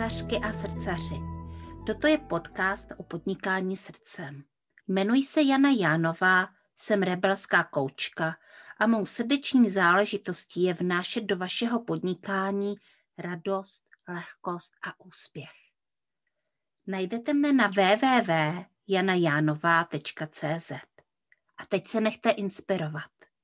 srdcařky a srdcaři. Toto je podcast o podnikání srdcem. Jmenuji se Jana Jánová, jsem rebelská koučka a mou srdeční záležitostí je vnášet do vašeho podnikání radost, lehkost a úspěch. Najdete mne na www.janajanova.cz. A teď se nechte inspirovat.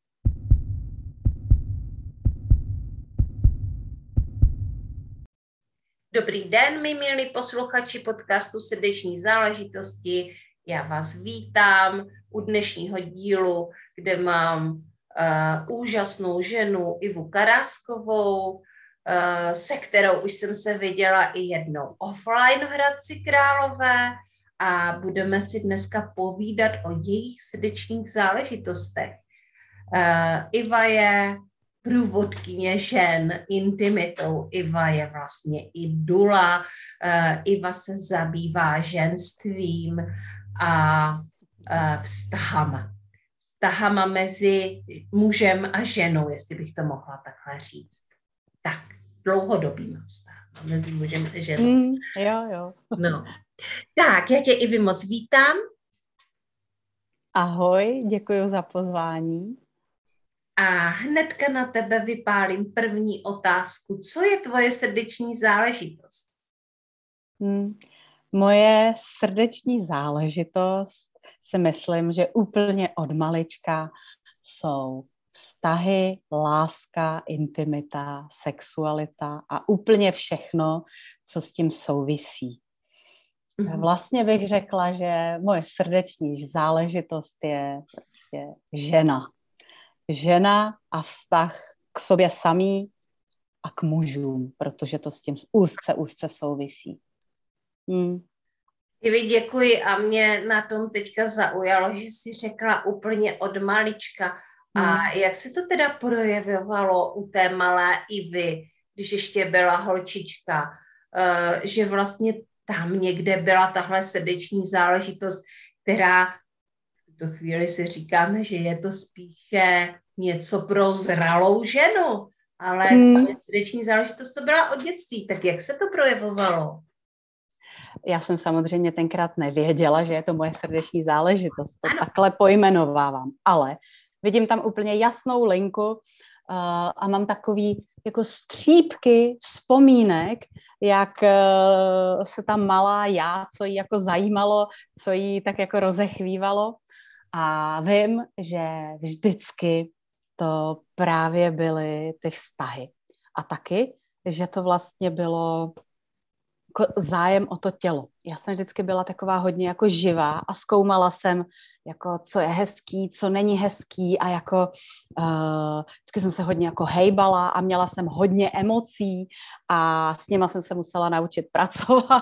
Dobrý den, mý milí posluchači podcastu Srdeční záležitosti. Já vás vítám u dnešního dílu, kde mám úžasnou ženu Ivu Karáskovou, se kterou už jsem se viděla i jednou offline v Hradci Králové a budeme si dneska povídat o jejich srdečních záležitostech. Iva je průvodkyně žen intimitou, Iva je vlastně i dula, Iva se zabývá ženstvím a vztahama. Vztahama mezi mužem a ženou, jestli bych to mohla takhle říct. Tak, dlouhodobým vztahama mezi mužem a ženou. Jo. No. Tak, já tě, Ivi, moc vítám. Ahoj, děkuji za pozvání. A hnedka na tebe vypálím první otázku. Co je tvoje srdeční záležitost? Moje srdeční záležitost si myslím, že úplně od malička jsou vztahy, láska, intimita, sexualita a úplně všechno, co s tím souvisí. Vlastně bych řekla, že moje srdeční záležitost je prostě žena. Žena a vztah k sobě samý a k mužům, protože to s tím úzce souvisí. Děkuji a mě na tom teďka zaujalo, že jsi řekla úplně od malička. A jak se to teda projevovalo u té malé Ivy, když ještě byla holčička, že vlastně tam někde byla tahle srdeční záležitost, která v tuto chvíli si říkáme, že je to spíše něco pro zralou ženu, ale srdeční záležitost to byla od dětství. Tak jak se to projevovalo? Já jsem samozřejmě tenkrát nevěděla, že je to moje srdeční záležitost. To takhle pojmenovávám, ale vidím tam úplně jasnou linku a mám takový jako střípky vzpomínek, jak se ta malá já, co jí jako zajímalo, co jí tak jako rozechvívalo. A vím, že vždycky to právě byly ty vztahy. A taky, že to vlastně bylo jako zájem o to tělo. Já jsem vždycky byla taková hodně jako živá a zkoumala jsem, jako, co je hezký, co není hezký a jako vždycky jsem se hodně jako hejbala a měla jsem hodně emocí a s nima jsem se musela naučit pracovat.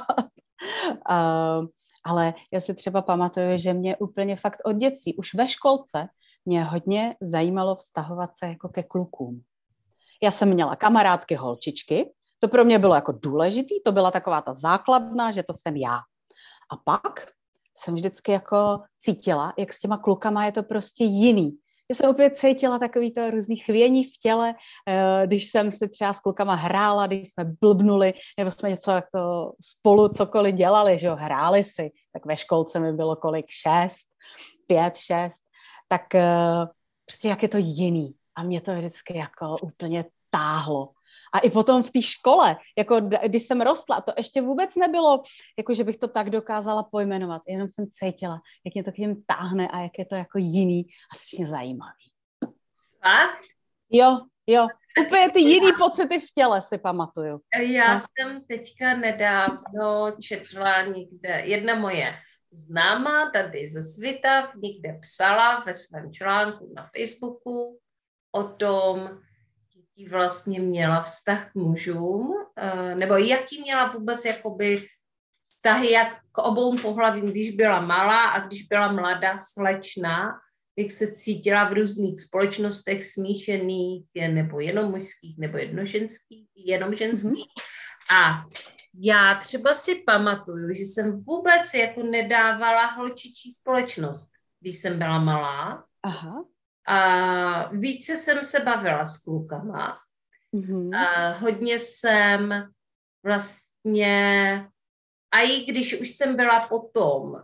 Ale já si třeba pamatuju, že mě úplně fakt od dětství, už ve školce, mě hodně zajímalo vztahovat se jako ke klukům. Já jsem měla kamarádky holčičky, to pro mě bylo jako důležitý, to byla taková ta základna, že to jsem já. A pak jsem vždycky jako cítila, jak s těma klukama je to prostě jiný. Já jsem opět cítila takový to různý chvění v těle, když jsem si třeba s klukama hrála, když jsme blbnuli, nebo jsme něco jako spolu cokoliv dělali, že jo, hráli si, tak ve školce mi bylo kolik, 5, 6, tak prostě jak je to jiný. A mě to vždycky jako úplně táhlo. A i potom v té škole, jako když jsem rostla, to ještě vůbec nebylo, jako že bych to tak dokázala pojmenovat. Jenom jsem cítila, jak mě to k něm táhne a jak je to jako jiný a strašně zajímavý. Fakt? Jo. Úplně ty jiný pocity v těle si pamatuju. Já jsem teďka nedávno četla někde, jedna moje známá tady ze Svitav někde psala ve svém článku na Facebooku o tom, jaký vlastně měla vztah k mužům, nebo jaký měla vůbec jakoby vztahy jak k obou pohlavím, když byla malá a když byla mladá slečna, jak se cítila v různých společnostech smíšených, nebo jenom mužských, nebo jenom ženských. A já třeba si pamatuju, že jsem vůbec jako nedávala holčičí společnost, když jsem byla malá. Aha. A více jsem se bavila s klukama. A hodně jsem vlastně mě, a i když už jsem byla potom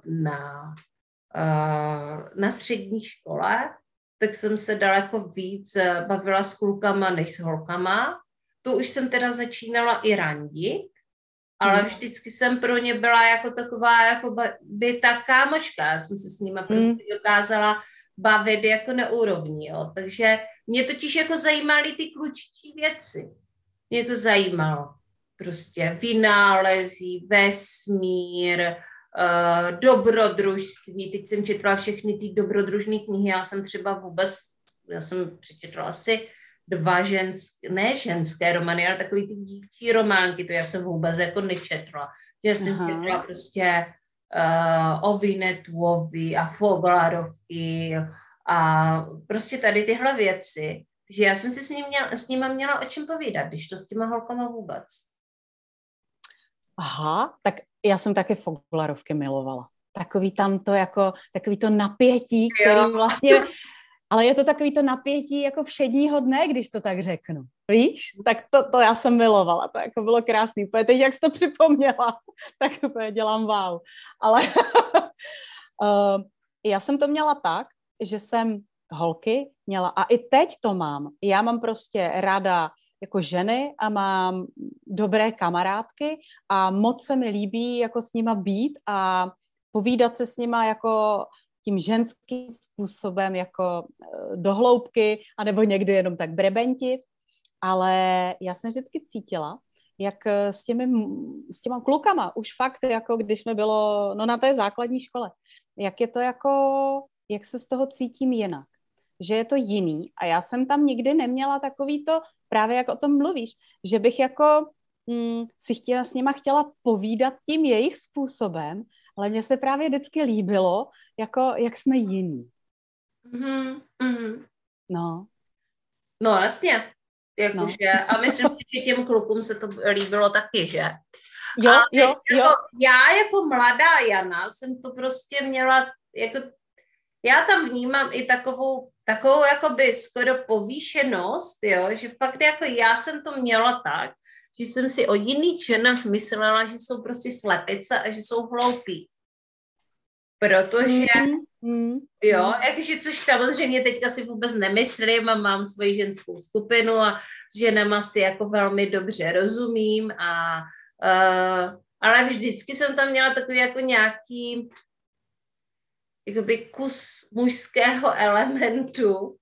na střední škole, tak jsem se daleko víc bavila s klukama než s holkama. To už jsem teda začínala i randit, ale vždycky jsem pro ně byla jako taková, jako by ta kámoška. Já jsem se s nima prostě dokázala bavit jako na úrovni, jo. Takže mě totiž jako zajímaly ty klučičí věci. Mě to zajímalo. Prostě vynálezy, vesmír, dobrodružství. Teď jsem četla všechny ty dobrodružné knihy. Já jsem přečetla asi 2 ženské romány, ale takový ty dívčí románky, to já jsem vůbec jako nečetla. Já jsem četla prostě o Vinetuovi a Foglarovky a prostě tady tyhle věci. Takže já jsem si s nima měla o čem povídat, když to s těma holkama vůbec. Aha, tak já jsem taky Foglarovky milovala. Takový to napětí, který vlastně, ale je to takový to napětí jako všedního dne, když to tak řeknu. Víš? Tak to já jsem milovala, to jako bylo krásný. Teď, jak jsi to připomněla, tak úplně dělám wow. Ale já jsem to měla tak, že jsem holky měla, a i teď to mám. Já mám prostě ráda jako ženy a mám dobré kamarádky a moc se mi líbí jako s nima být a povídat se s nima jako tím ženským způsobem, jako do hloubky, anebo někdy jenom tak brebentit. Ale já jsem vždycky cítila, jak s těma klukama, už fakt, jako když mi bylo na té základní škole, jak je to jako, jak se z toho cítím jinak. Že je to jiný a já jsem tam nikdy neměla takový to, právě jak o tom mluvíš, že bych jako s nima chtěla povídat tím jejich způsobem, ale mně se právě vždycky líbilo, jako jak jsme jiní. No jasně. Jakože, a myslím si, že těm klukům se to líbilo taky, že? Jo. Já jako mladá Jana jsem to prostě měla, jako, já tam vnímám i takovou jakoby skoro povýšenost, jo, že fakt jako já jsem to měla tak, že jsem si o jiných ženách myslela, že jsou prostě slepice a že jsou hloupí. Protože, jo, jakože, což samozřejmě teďka si vůbec nemyslím a mám svoji ženskou skupinu a s ženama si jako velmi dobře rozumím ale vždycky jsem tam měla takový jako nějaký jakoby kus mužského elementu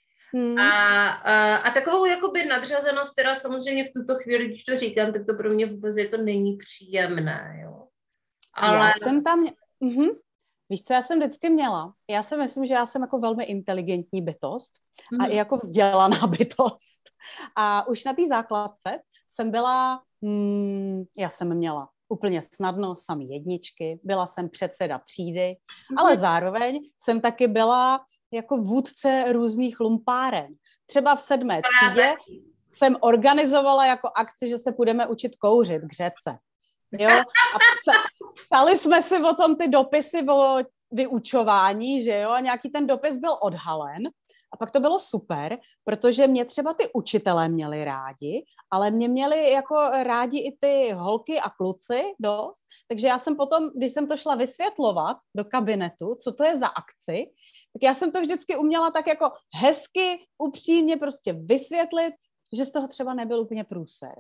a takovou jakoby nadřazenost, která samozřejmě v tuto chvíli, když to říkám, tak to pro mě vůbec jako není příjemné, jo. Ale... Já jsem tam... Víš, co já jsem vždycky měla? Já si myslím, že já jsem jako velmi inteligentní bytost a i jako vzdělaná bytost. A už na té základce jsem byla, já jsem měla úplně snadno samý jedničky, byla jsem předseda třídy, ale zároveň jsem taky byla jako vůdce různých lumpáren. Třeba v 7. třídě jsem organizovala jako akci, že se budeme učit kouřit k řece. Jo? A psali jsme si o tom ty dopisy o vyučování, že jo, a nějaký ten dopis byl odhalen a pak to bylo super, protože mě třeba ty učitelé měli rádi, ale mě měli jako rádi i ty holky a kluci dost, takže já jsem potom, když jsem to šla vysvětlovat do kabinetu, co to je za akci, tak já jsem to vždycky uměla tak jako hezky, upřímně prostě vysvětlit, že z toho třeba nebyl úplně průser.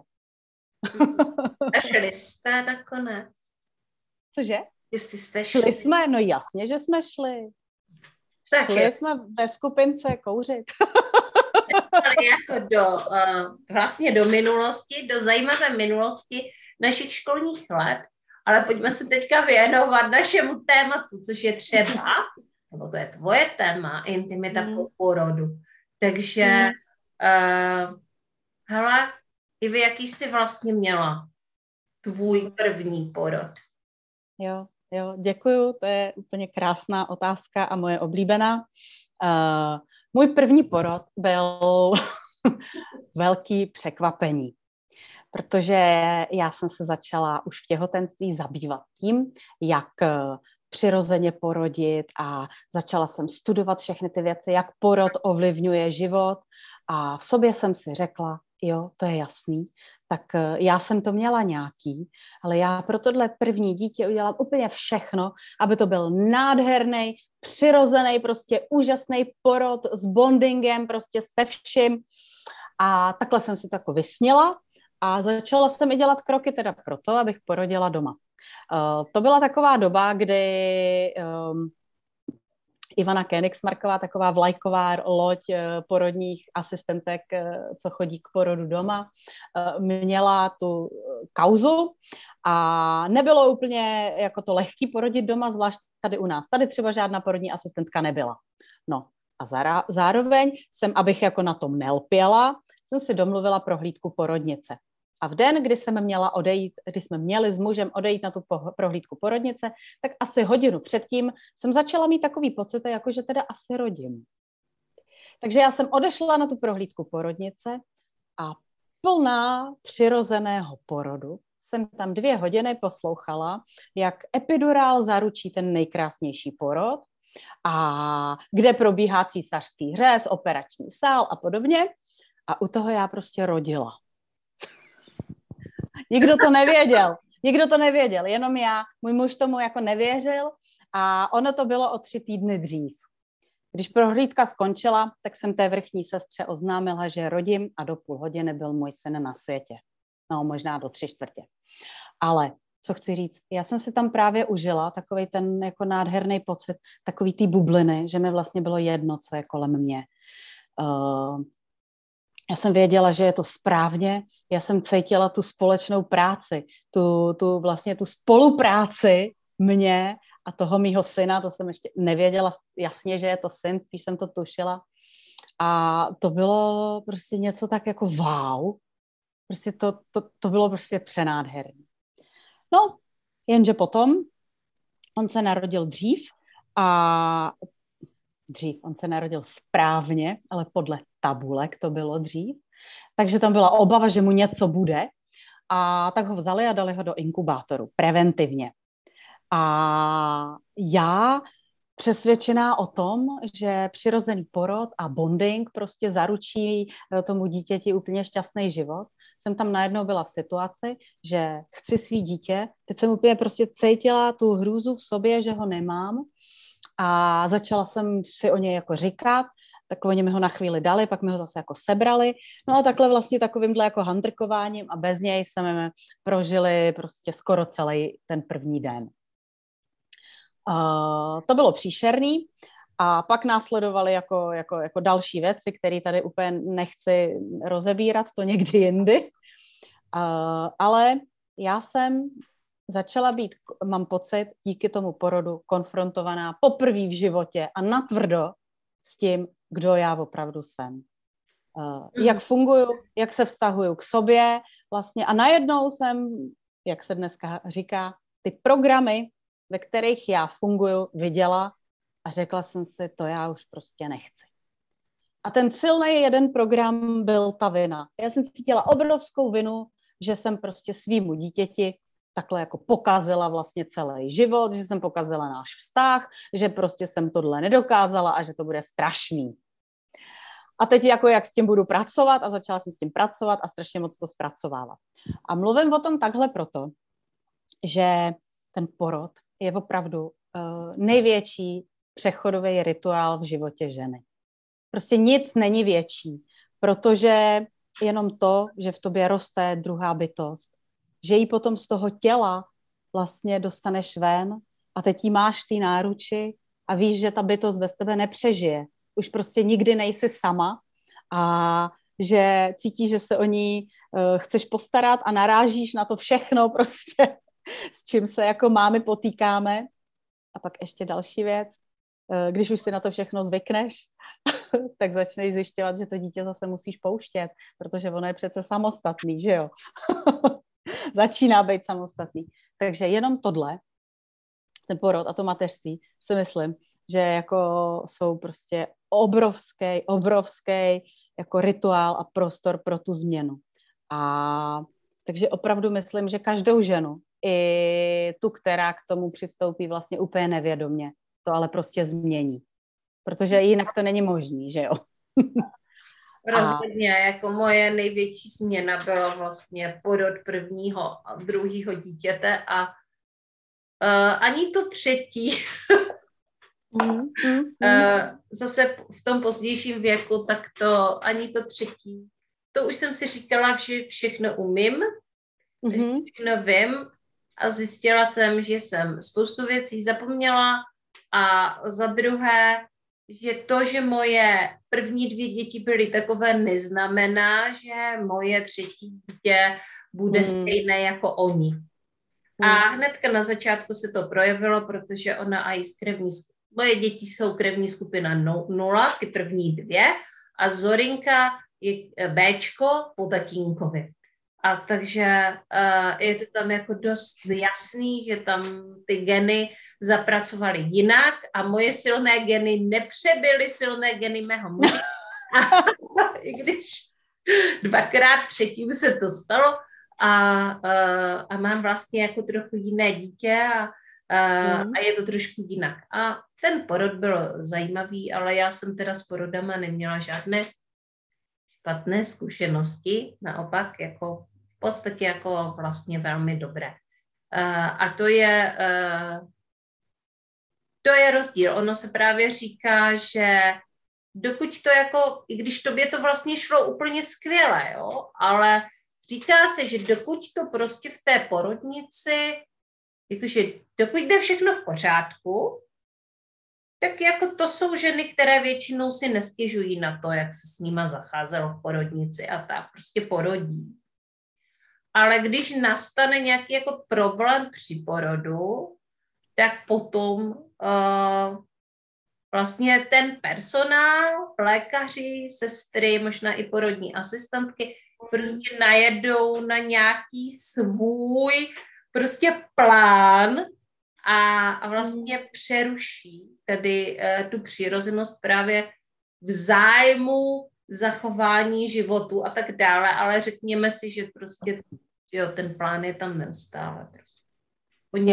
A šli jste nakonec? Cože? Jestli jste šli? Šli jsme, no jasně, že jsme šli. Šli jsme ve skupince kouřit. Jako vlastně do minulosti, do zajímavé minulosti našich školních let, ale pojďme se teďka věnovat našemu tématu, což je třeba, nebo to je tvoje téma, intimita po porodu. Takže, hele, i vy, jaký jsi vlastně měla tvůj první porod? Jo, děkuju, to je úplně krásná otázka a moje oblíbená. Můj první porod byl velký překvapení, protože já jsem se začala už v těhotenství zabývat tím, jak přirozeně porodit a začala jsem studovat všechny ty věci, jak porod ovlivňuje život a v sobě jsem si řekla, jo, to je jasný. Tak já jsem to měla nějaký, ale já pro tohle první dítě udělám úplně všechno, aby to byl nádherný, přirozený, prostě úžasný porod s bondingem, prostě se vším. A takhle jsem si to jako vysnila a začala jsem i dělat kroky teda proto, abych porodila doma. To byla taková doba, kdy Ivana Koenigsmarková, taková vlajková loď porodních asistentek, co chodí k porodu doma, měla tu kauzu a nebylo úplně jako to lehký porodit doma, zvlášť tady u nás. Tady třeba žádná porodní asistentka nebyla. No a zároveň jsem, abych jako na tom nelpěla, jsem si domluvila prohlídku porodnice. A v den, kdy jsme měli s mužem odejít na tu prohlídku porodnice, tak asi hodinu předtím jsem začala mít takový pocit, jako že teda asi rodím. Takže já jsem odešla na tu prohlídku porodnice a plná přirozeného porodu jsem tam 2 hodiny poslouchala, jak epidurál zaručí ten nejkrásnější porod a kde probíhá císařský řez, operační sál a podobně. A u toho já prostě rodila. Nikdo to nevěděl, jenom já. Můj muž tomu jako nevěřil a ono to bylo o 3 týdny dřív. Když prohlídka skončila, tak jsem té vrchní sestře oznámila, že rodím a do půl hodiny byl můj syn na světě. No, možná do 3/4. Ale co chci říct, já jsem si tam právě užila takovej ten jako nádherný pocit, takový ty bubliny, že mi vlastně bylo jedno, co je kolem mě. Já jsem věděla, že je to správně, já jsem cítila tu společnou práci, tu spolupráci mě a toho mýho syna, to jsem ještě nevěděla jasně, že je to syn, spíš jsem to tušila. A to bylo prostě něco tak jako wow, prostě to bylo prostě přenádherné. No, jenže potom on se narodil on se narodil správně, ale podle tabulek to bylo dřív. Takže tam byla obava, že mu něco bude a tak ho vzali a dali ho do inkubátoru preventivně. A já přesvědčená o tom, že přirozený porod a bonding prostě zaručí tomu dítěti úplně šťastný život, jsem tam najednou byla v situaci, že chci svý dítě, teď jsem úplně prostě cítila tu hrůzu v sobě, že ho nemám a začala jsem si o něj jako říkat, tak oni mi ho na chvíli dali, pak mi ho zase jako sebrali, no a takhle vlastně takovýmhle jako handrkováním a bez něj jsme prožili prostě skoro celý ten první den. To bylo příšerný a pak následovaly jako další věci, které tady úplně nechci rozebírat, to někdy jindy. Ale já jsem začala být, mám pocit, díky tomu porodu konfrontovaná poprvé v životě a natvrdo s tím, kdo já opravdu jsem. Jak funguju, jak se vztahuju k sobě vlastně a najednou jsem, jak se dneska říká, ty programy, ve kterých já funguju, viděla a řekla jsem si, to já už prostě nechci. A ten silný jeden program byl ta vina. Já jsem cítila obrovskou vinu, že jsem prostě svýmu dítěti takhle jako pokazila vlastně celý život, že jsem pokazila náš vztah, že prostě jsem tohle nedokázala a že to bude strašný. A teď jako jak s tím budu pracovat a začala jsem s tím pracovat a strašně moc to zpracovávat. A mluvím o tom takhle proto, že ten porod je opravdu největší přechodový rituál v životě ženy. Prostě nic není větší, protože jenom to, že v tobě roste druhá bytost, že ji potom z toho těla vlastně dostaneš ven a teď jí máš ty náruči a víš, že ta bytost bez tebe nepřežije. Už prostě nikdy nejsi sama a že cítíš, že se o ní chceš postarat a narážíš na to všechno prostě, s čím se jako mámy potýkáme. A pak ještě další věc, když už si na to všechno zvykneš, tak začneš zjišťovat, že to dítě zase musíš pouštět, protože ono je přece samostatný, že jo? Začíná být samostatný. Takže jenom tohle, ten porod a to mateřství, si myslím, že jako jsou prostě obrovský jako rituál a prostor pro tu změnu. A takže opravdu myslím, že každou ženu, i tu, která k tomu přistoupí vlastně úplně nevědomě, to ale prostě změní. Protože jinak to není možný, že jo? Rozhodně, jako moje největší změna byla vlastně porod prvního a druhého dítěte a ani to třetí. Zase v tom pozdějším věku, tak to ani to třetí. To už jsem si říkala, že všechno umím, že všechno vím a zjistila jsem, že jsem spoustu věcí zapomněla a za druhé, že to, že moje první 2 děti byly takové, neznamená, že moje třetí dítě bude stejné jako oni. A hnedka na začátku se to projevilo, protože ona a moje děti jsou krevní skupina 0, ty první 2, a Zorinka je Bčko po tatínkovi. A takže je to tam jako dost jasný, že tam ty geny zapracovaly jinak a moje silné geny nepřebyly silné geny mého muže. I když 2krát předtím se to stalo a mám vlastně jako trochu jiné dítě a je to trošku jinak. A ten porod byl zajímavý, ale já jsem teda s porodama neměla žádné špatné zkušenosti, naopak jako v podstatě jako vlastně velmi dobré. A to je rozdíl. Ono se právě říká, že dokud to jako, i když tobě to vlastně šlo úplně skvěle, jo, ale říká se, že dokud to prostě v té porodnici, jakože dokud jde všechno v pořádku, tak jako to jsou ženy, které většinou si nestěžují na to, jak se s nima zacházelo v porodnici a tak prostě porodí. Ale když nastane nějaký jako problém při porodu, tak potom vlastně ten personál, lékaři, sestry, možná i porodní asistentky prostě najedou na nějaký svůj prostě plán a vlastně přeruší tady tu přirozenost právě v zájmu zachování životu a tak dále, ale řekněme si, že prostě jo, ten plán je tam neustále. Prostě. Oni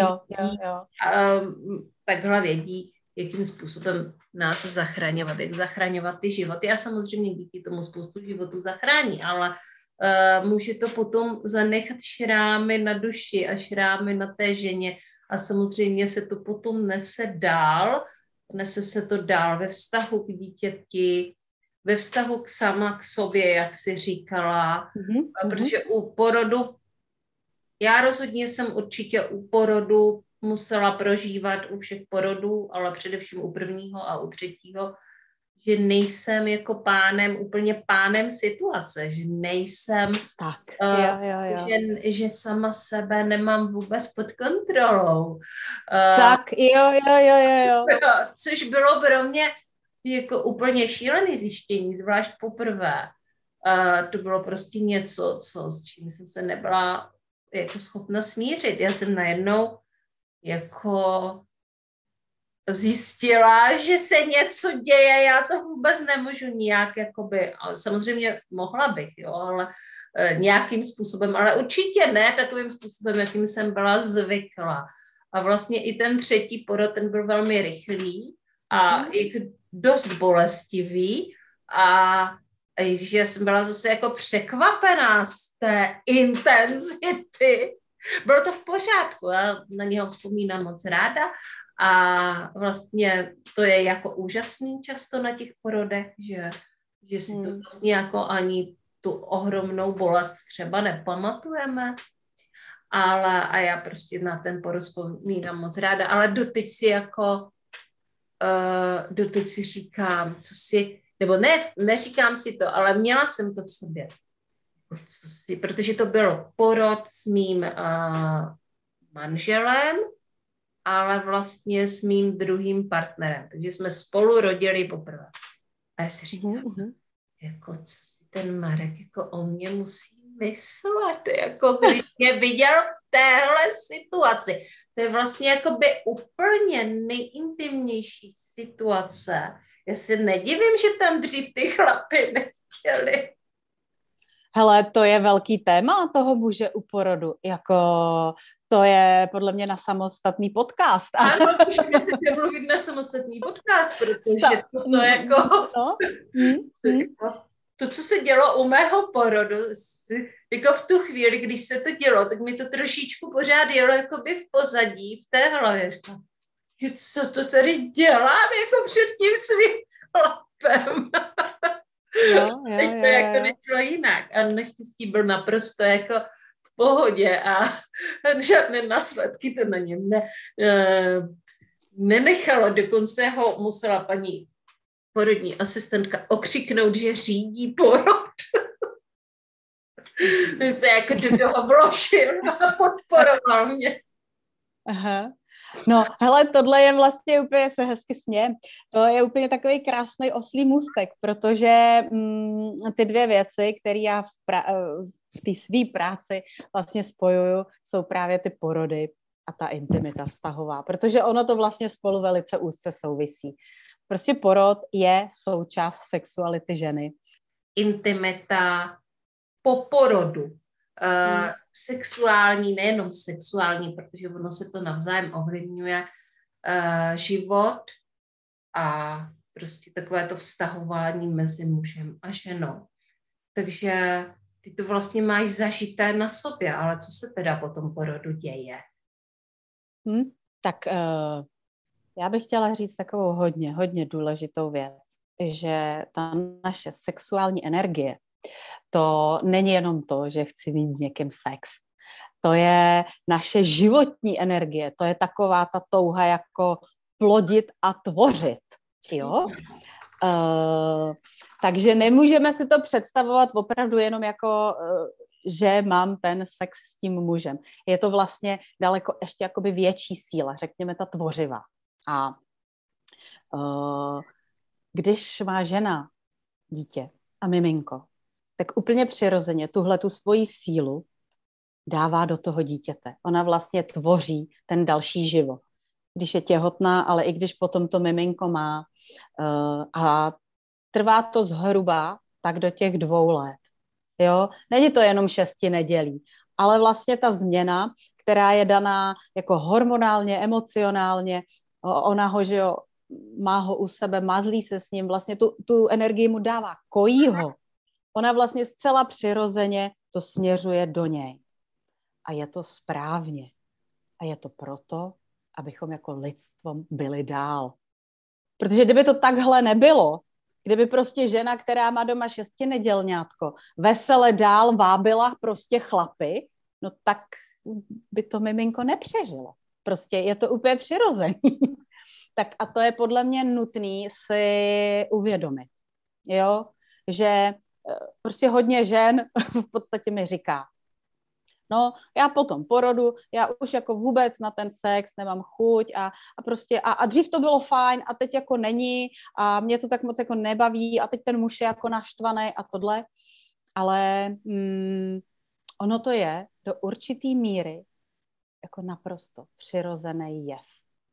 takhle vědí, jakým způsobem nás zachraňovat, jak zachraňovat ty životy. A samozřejmě díky tomu spoustu životů zachrání, ale může to potom zanechat šrámy na duši a šrámy na té ženě a samozřejmě se to potom nese se to dál ve vztahu k dítěti, ve vztahu sama k sobě, jak jsi říkala, protože u porodu, já rozhodně jsem určitě u porodu musela prožívat u všech porodů, ale především u prvního a u třetího, že nejsem jako úplně pánem situace, že nejsem, tak, že sama sebe nemám vůbec pod kontrolou. Tak, jo. Což bylo pro mě jako úplně šílené zjištění, zvlášť poprvé. To bylo prostě něco, s čím jsem se nebyla jako schopna smířit. Já jsem najednou jako zjistila, že se něco děje, já to vůbec nemůžu nějak, jakoby, ale samozřejmě mohla bych, jo, ale nějakým způsobem, ale určitě ne takovým způsobem, jakým jsem byla zvyklá. A vlastně i ten třetí porod, ten byl velmi rychlý a dost bolestivý a že jsem byla zase jako překvapená z té intenzity. Bylo to v pořádku, já na něho vzpomínám moc ráda a vlastně to je jako úžasný často na těch porodech, že si to vlastně jako ani tu ohromnou bolest třeba nepamatujeme, ale a já prostě na ten porod vzpomínám moc ráda, ale doteď si říkám, nebo ne, neříkám si to, ale měla jsem to v sobě. Protože to byl porod s mým manželem, ale vlastně s mým druhým partnerem. Takže jsme spolu rodili poprvé. A já si říkám, jako co si ten Marek jako o mě musí myslet, jako když mě viděl v téhle situaci. To je vlastně jakoby úplně nejintimnější situace. Já se nedivím, že tam dřív ty chlapy nechtěli. Hele, to je velký téma toho muže u porodu. Jako, to je podle mě na samostatný podcast. Ano, můžeme si domluvit na samostatný podcast, protože to jako... to, co se dělo u mého porodu, jako v tu chvíli, když se to dělo, tak mi to trošičku pořád jelo jakoby v pozadí, v té hlavě. Říkám, co to tady dělám jako před tím svým chlapem? Jo. Teď to jako nešlo jinak. A naštěstí byl naprosto jako v pohodě a žádné následky to na něm nenechalo. Dokonce ho musela paní porodní asistentka okřiknout, že řídí porod. My se jako do toho vložil a podporoval mě. Aha. No, hele, tohle je vlastně úplně, se hezky směje, to je úplně takový krásný oslí můstek, protože ty dvě věci, které já v té své práci vlastně spojuju, jsou právě ty porody a ta intimita vztahová, protože ono to vlastně spolu velice úzce souvisí. Prostě porod je součást sexuality ženy. Intimita po porodu. Sexuální, nejenom sexuální, protože ono se to navzájem ovlivňuje, život a prostě takové to vztahování mezi mužem a ženou. Takže ty to vlastně máš zažité na sobě, ale co se teda po tom porodu děje? Tak já bych chtěla říct takovou hodně důležitou věc, že ta naše sexuální energie, to není jenom to, že chci mít s někým sex. To je naše životní energie, to je taková ta touha jako plodit a tvořit. Jo? Takže nemůžeme si to představovat opravdu jenom jako, že mám ten sex s tím mužem. Je to vlastně daleko ještě jakoby větší síla, řekněme ta tvořivá. A když má žena dítě a miminko, tak úplně přirozeně tu svoji sílu dává do toho dítěte. Ona vlastně tvoří ten další život. Když je těhotná, ale i když potom to miminko má. A trvá to zhruba tak do těch 2 let. Jo? Není to jenom 6 nedělí, ale vlastně ta změna, která je daná jako hormonálně, emocionálně, ona ho, že jo, má ho u sebe, mazlí se s ním, vlastně tu energii mu dává, kojí ho. Ona vlastně zcela přirozeně to směřuje do něj. A je to správně. A je to proto, abychom jako lidstvo byli dál. Protože kdyby to takhle nebylo, kdyby prostě žena, která má doma 6nedělňátko, vesele dál vábila prostě chlapy, no tak by to miminko nepřežilo. Prostě je to úplně přirozený. Tak a to je podle mě nutný si uvědomit. Jo? Že prostě hodně žen v podstatě mi říká, no, já po tom porodu, já už jako vůbec na ten sex nemám chuť a prostě, a dřív to bylo fajn a teď jako není a mě to tak moc jako nebaví a teď ten muž je jako naštvaný a tohle, ale ono to je do určitý míry jako naprosto přirozený jev.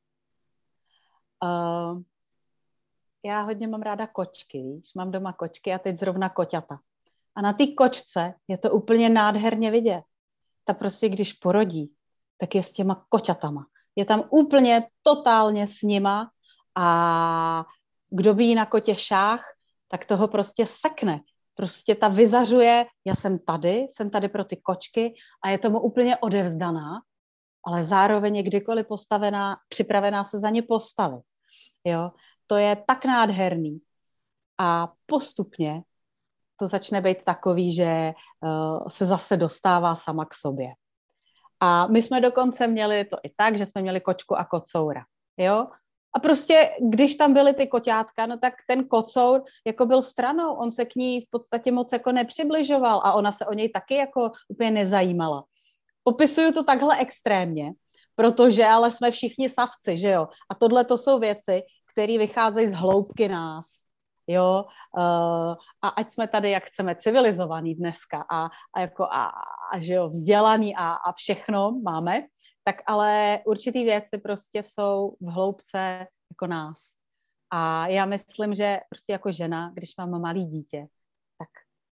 Já hodně mám ráda kočky, víš, mám doma kočky a teď zrovna koťata. A na té kočce je to úplně nádherně vidět. Ta prostě, když porodí, tak je s těma koťatama. Je tam úplně totálně s nima a kdo by jí na kotě šáh, tak toho prostě sekne. Prostě ta vyzařuje, já jsem tady pro ty kočky a je tomu úplně odevzdaná, ale zároveň je kdykoliv připravená se za ně postavit. Jo? To je tak nádherný. A postupně to začne být takový, že se zase dostává sama k sobě. A my jsme dokonce měli to i tak, že jsme měli kočku a kocoura. Jo? A prostě, když tam byly ty koťátka, no tak ten kocour jako byl stranou, on se k ní v podstatě moc jako nepřibližoval a ona se o něj taky jako úplně nezajímala. Popisuju to takhle extrémně, protože ale jsme všichni savci, že jo? A tohle to jsou věci, které vycházejí z hloubky nás. Jo, a ať jsme tady, jak chceme, civilizovaný dneska a že jo, vzdělaný a všechno máme, tak ale určitý věci prostě jsou v hloubce jako nás. A já myslím, že prostě jako žena, když mám malý dítě, tak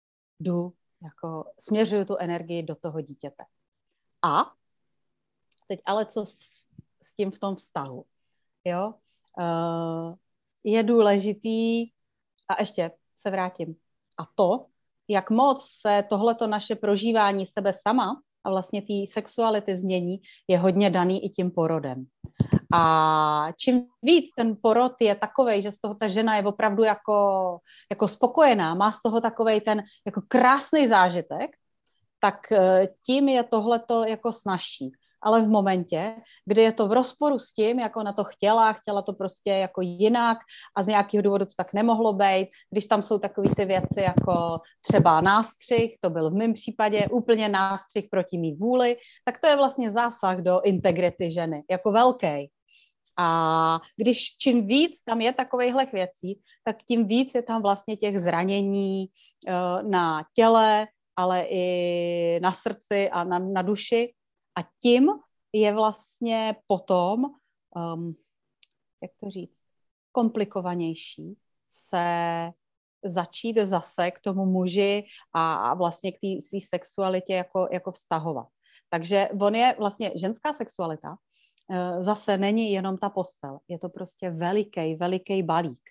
směřuju tu energii do toho dítěte. A teď ale co s tím v tom vztahu, jo, je důležitý. A ještě se vrátím A to, jak moc se tohleto naše prožívání sebe sama a vlastně té sexuality změní, je hodně daný i tím porodem. A čím víc ten porod je takovej, že z toho ta žena je opravdu jako spokojená, má z toho takovej ten jako krásný zážitek, tak tím je tohleto jako snazší. Ale v momentě, kdy je to v rozporu s tím, jako na to chtěla to prostě jako jinak a z nějakého důvodu to tak nemohlo být, když tam jsou takové ty věci jako třeba nástřih, to byl v mém případě úplně nástřih proti mý vůli, tak to je vlastně zásah do integrity ženy, jako velký. A když čím víc tam je takovejhlech věcí, tak tím víc je tam vlastně těch zranění na těle, ale i na srdci a na duši. A tím je vlastně potom, jak to říct, komplikovanější se začít zase k tomu muži a vlastně k té své sexualitě jako vztahovat. Takže on je vlastně ženská sexualita, zase není jenom ta postel, je to prostě veliký balík.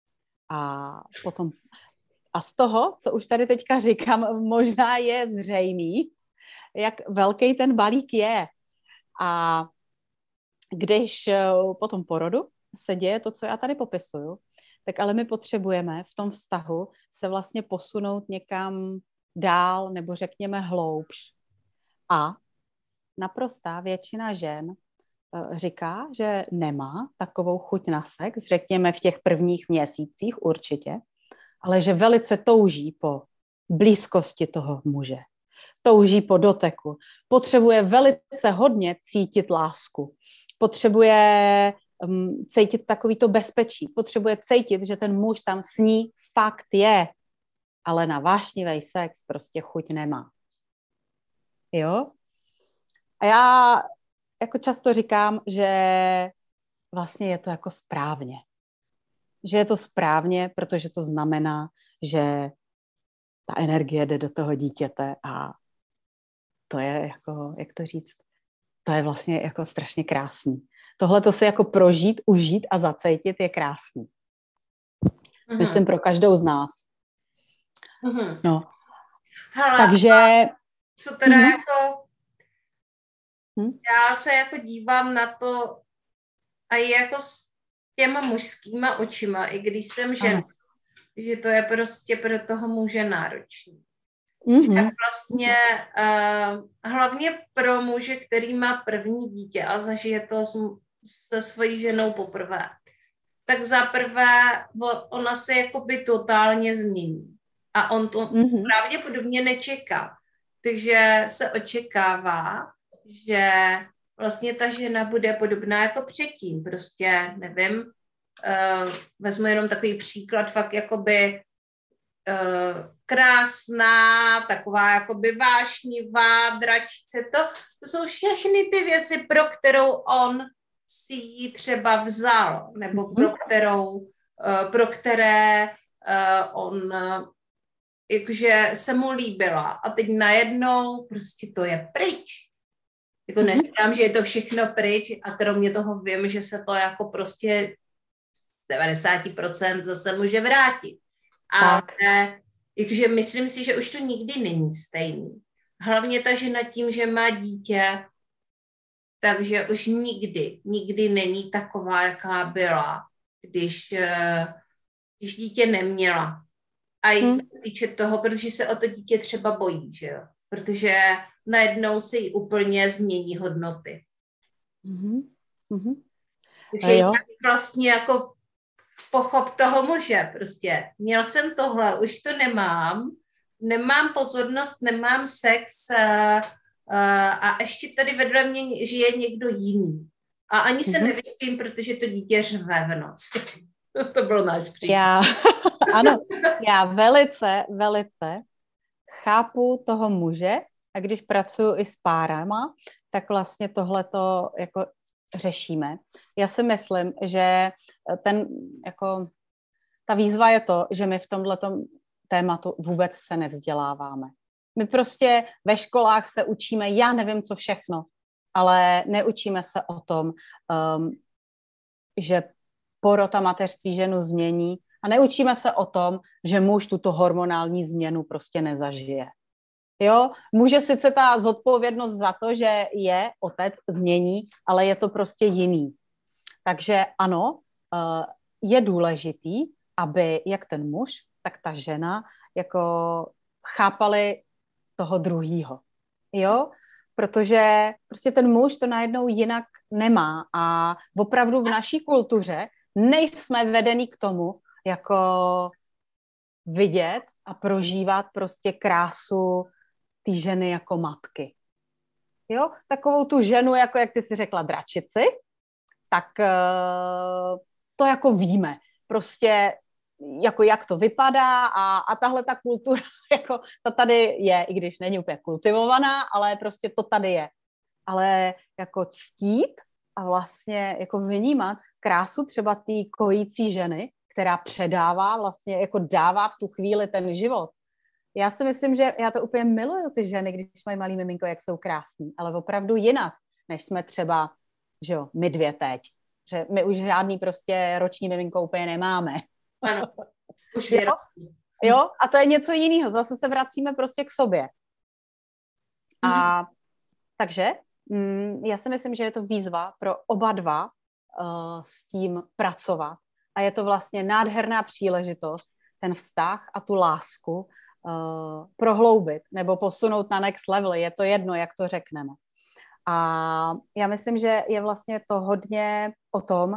A potom a z toho, co už tady teďka říkám, možná je zřejmý, jak velký ten balík je. A když po tom porodu se děje to, co já tady popisuju, tak ale my potřebujeme v tom vztahu se vlastně posunout někam dál nebo řekněme hloubš. A naprostá většina žen říká, že nemá takovou chuť na sex, řekněme v těch prvních měsících určitě, ale že velice touží po blízkosti toho muže. Touží po doteku. Potřebuje velice hodně cítit lásku. Potřebuje cítit takovýto bezpečí. Potřebuje cítit, že ten muž tam s ní fakt je, ale na vášnivý sex prostě chuť nemá. Jo? A já jako často říkám, že vlastně je to jako správně. Že je to správně, protože to znamená, že ta energie jde do toho dítěte a to je jako, jak to říct, to je vlastně jako strašně krásný. Tohle to se jako prožít, užít a zacítit je krásný. Myslím pro každou z nás. No. Hele, takže... Co teda jako... Já se jako dívám na to a jako s těma mužskýma očima, i když jsem žena, že to je prostě pro toho muže náročný. Tak vlastně hlavně pro muže, který má první dítě a zažije to se svojí ženou poprvé, tak zaprvé ona se jakoby totálně změní. A on to pravděpodobně nečeká. Takže se očekává, že vlastně ta žena bude podobná jako předtím. Prostě, nevím, vezmu jenom takový příklad, fakt jakoby krásná, taková jakoby vášnivá, dračce, to jsou všechny ty věci, pro kterou on si ji třeba vzal, nebo pro které on jakože se mu líbila a teď najednou prostě to je pryč. Jako neříkám, že je to všechno pryč a kromě toho vím, že se to jako prostě 90% zase může vrátit. Ale jakože myslím si, že už to nikdy není stejný. Hlavně ta žena tím, že má dítě, takže už nikdy není taková, jaká byla, když dítě neměla. A i co se týče toho, protože se o to dítě třeba bojí, že jo? Protože najednou se jí úplně změní hodnoty. Takže jak vlastně jako pochop toho muže, prostě měl jsem tohle, už to nemám pozornost, nemám sex a ještě tady vedle mě žije někdo jiný. A ani se nevyspím, protože to dítě řve v noci. To byl náš příklad. Já velice chápu toho muže a když pracuji i s párama, tak vlastně tohleto jako řešíme. Já si myslím, že ta výzva je to, že my v tomhletom tématu vůbec se nevzděláváme. My prostě ve školách se učíme, já nevím co všechno, ale neučíme se o tom, že porod a mateřství ženu změní A neučíme se o tom, že muž tuto hormonální změnu prostě nezažije. Jo, může sice ta zodpovědnost za to, že je otec, změní, ale je to prostě jiný. Takže ano, je důležitý, aby jak ten muž, tak ta žena jako chápali toho druhýho. Jo, protože prostě ten muž to najednou jinak nemá a opravdu v naší kultuře nejsme vedení k tomu, jako vidět a prožívat prostě krásu té ženy jako matky. Jo, takovou tu ženu, jako jak ty si řekla, dračici, tak to jako víme. Prostě jako jak to vypadá a tahle ta kultura, jako ta tady je, i když není úplně kultivovaná, ale prostě to tady je. Ale jako ctít a vlastně jako vnímat krásu třeba té kojící ženy, která předává, vlastně jako dává v tu chvíli ten život. Já si myslím, že já to úplně miluju, ty ženy, když mají malý miminko, jak jsou krásný, ale opravdu jinak, než jsme třeba, že jo, my dvě teď. Že my už žádný prostě roční miminko úplně nemáme. Ano, už vyrostí. Jo, a to je něco jiného. Zase se vracíme prostě k sobě. A takže já si myslím, že je to výzva pro oba dva s tím pracovat. A je to vlastně nádherná příležitost ten vztah a tu lásku prohloubit nebo posunout na next level. Je to jedno, jak to řekneme. A já myslím, že je vlastně to hodně o tom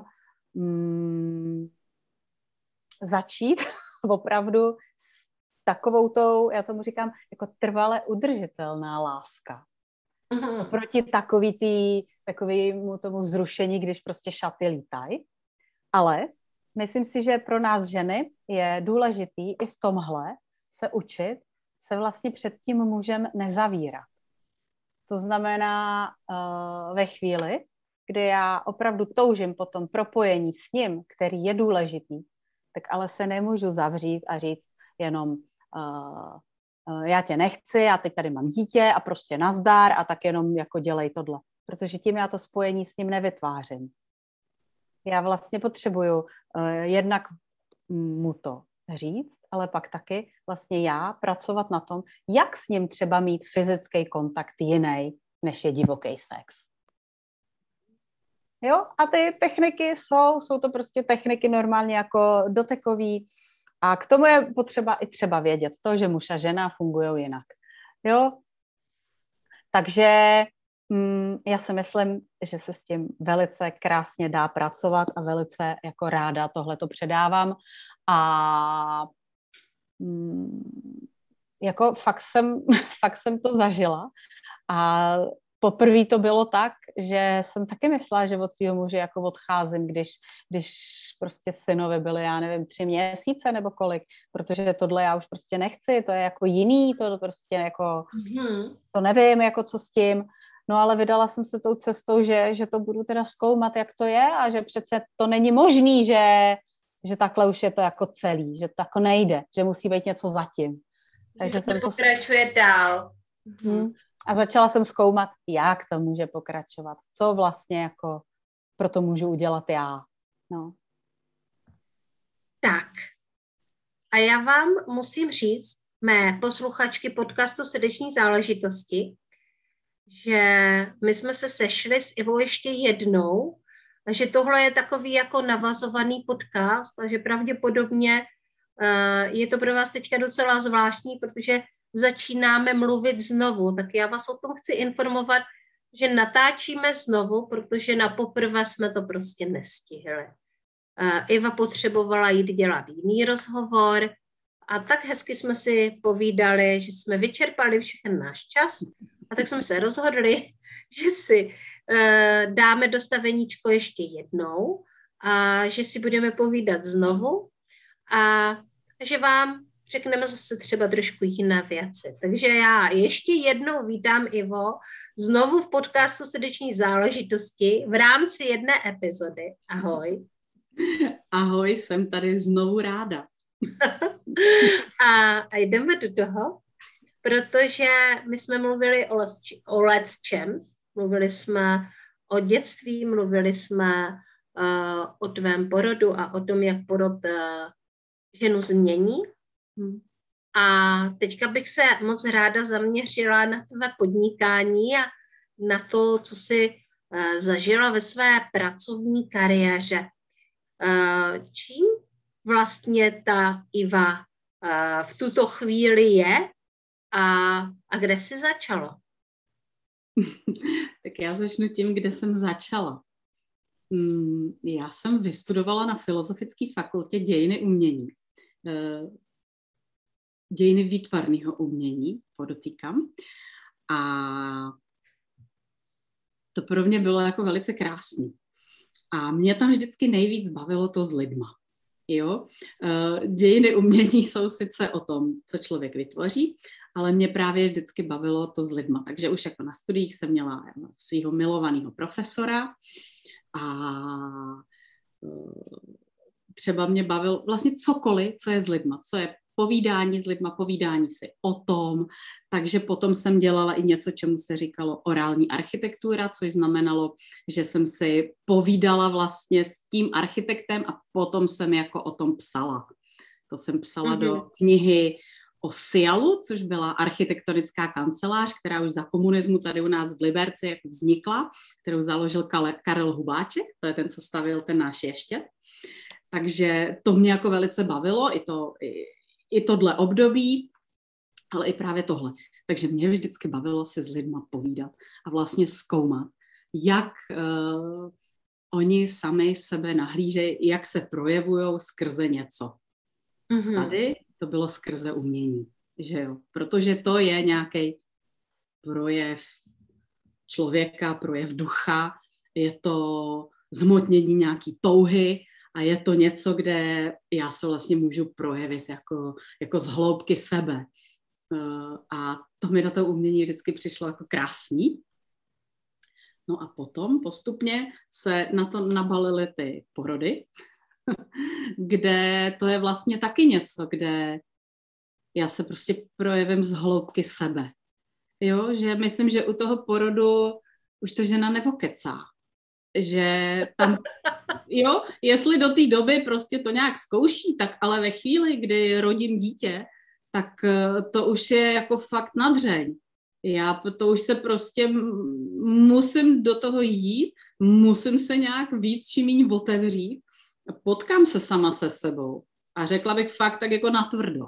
začít opravdu s takovou tou, já tomu říkám, jako trvale udržitelná láska. Proti takovému tomu zrušení, když prostě šaty lítají. Ale myslím si, že pro nás ženy je důležitý i v tomhle se učit, se vlastně před tím mužem nezavírat. To znamená ve chvíli, kdy já opravdu toužím po tom propojení s ním, který je důležitý, tak ale se nemůžu zavřít a říct jenom já tě nechci, já teď tady mám dítě a prostě nazdar a tak jenom jako dělej tohle. Protože tím já to spojení s ním nevytvářím. Já vlastně potřebuju jednak mu to říct, ale pak taky vlastně já pracovat na tom, jak s ním třeba mít fyzický kontakt jiný, než je divoký sex. Jo? A ty techniky jsou to prostě techniky normálně jako dotekový a k tomu je potřeba i třeba vědět to, že muž a žena fungují jinak. Jo? Takže já si myslím, že se s tím velice krásně dá pracovat a velice jako ráda tohleto předávám a jako fakt jsem to zažila a poprvé to bylo tak, že jsem taky myslela, že od svého muže jako odcházím, když prostě synovi byly, já nevím, 3 měsíce nebo kolik, protože tohle já už prostě nechci, to je jako jiný, to prostě jako, to nevím, jako co s tím. No ale vydala jsem se tou cestou, že to budu teda zkoumat, jak to je a že přece to není možný, že takhle už je to jako celý, že to jako nejde, že musí být něco zatím. Takže jsem to pokračuje dál. A začala jsem zkoumat, jak to může pokračovat, co vlastně jako pro to můžu udělat já. No. Tak. A já vám musím říct, mé posluchačky podcastu Srdeční záležitosti, že my jsme se sešli s Ivou ještě jednou, a že tohle je takový jako navazovaný podcast a že pravděpodobně je to pro vás teďka docela zvláštní, protože začínáme mluvit znovu. Tak já vás o tom chci informovat, že natáčíme znovu, protože na poprvé jsme to prostě nestihli. Iva potřebovala jít dělat jiný rozhovor a tak hezky jsme si povídali, že jsme vyčerpali všechen náš čas a tak jsme se rozhodli, že si dáme dostaveníčko ještě jednou a že si budeme povídat znovu a že vám řekneme zase třeba trošku jiné věci. Takže já ještě jednou vítám Ivo znovu v podcastu Srdeční záležitosti v rámci jedné epizody. Ahoj. Ahoj, jsem tady znovu ráda. A jdeme do toho, protože my jsme mluvili o Let's Champs, mluvili jsme o dětství, mluvili jsme o tvém porodu a o tom, jak porod ženu změní. A teďka bych se moc ráda zaměřila na tvé podnikání a na to, co jsi zažila ve své pracovní kariéře. Čím vlastně ta Iva v tuto chvíli je a kde jsi začala? Tak já začnu tím, kde jsem začala. Já jsem vystudovala na Filozofické fakultě dějiny umění. Dějiny výtvarného umění, podotýkám. A to pro mě bylo jako velice krásný. A mě tam vždycky nejvíc bavilo to s lidma. Jo? Dějiny umění jsou sice o tom, co člověk vytvoří, ale mě právě vždycky bavilo to s lidma. Takže už jako na studiích jsem měla svého milovaného profesora a třeba mě bavil vlastně cokoliv, co je s lidma, co je povídání s lidma, povídání si o tom, takže potom jsem dělala i něco, čemu se říkalo orální architektura, což znamenalo, že jsem si povídala vlastně s tím architektem a potom jsem jako o tom psala. To jsem psala do knihy o SIALu, což byla architektonická kancelář, která už za komunismu tady u nás v Liberci jako vznikla, kterou založil Karel Hubáček, to je ten, co stavil ten náš Ještěd. Takže to mě jako velice bavilo, i tohle období, ale i právě tohle. Takže mě vždycky bavilo se s lidma povídat a vlastně zkoumat, jak oni sami sebe nahlížejí, jak se projevujou skrze něco. Tady to bylo skrze umění, že jo? Protože to je nějaký projev člověka, projev ducha, je to zhmotnění nějaký touhy, a je to něco, kde já se vlastně můžu projevit jako z hloubky sebe. A to mi na to umění vždycky přišlo jako krásný. No a potom postupně se na to nabalily ty porody, kde to je vlastně taky něco, kde já se prostě projevím z hloubky sebe. Jo, že myslím, že u toho porodu už to žena nevokecá. Že tam, jo, jestli do té doby prostě to nějak zkouší, tak ale ve chvíli, kdy rodím dítě, tak to už je jako fakt nadřeň. Já to už se prostě musím do toho jít, musím se nějak víc či míň otevřít, potkám se sama se sebou a řekla bych fakt tak jako natvrdo.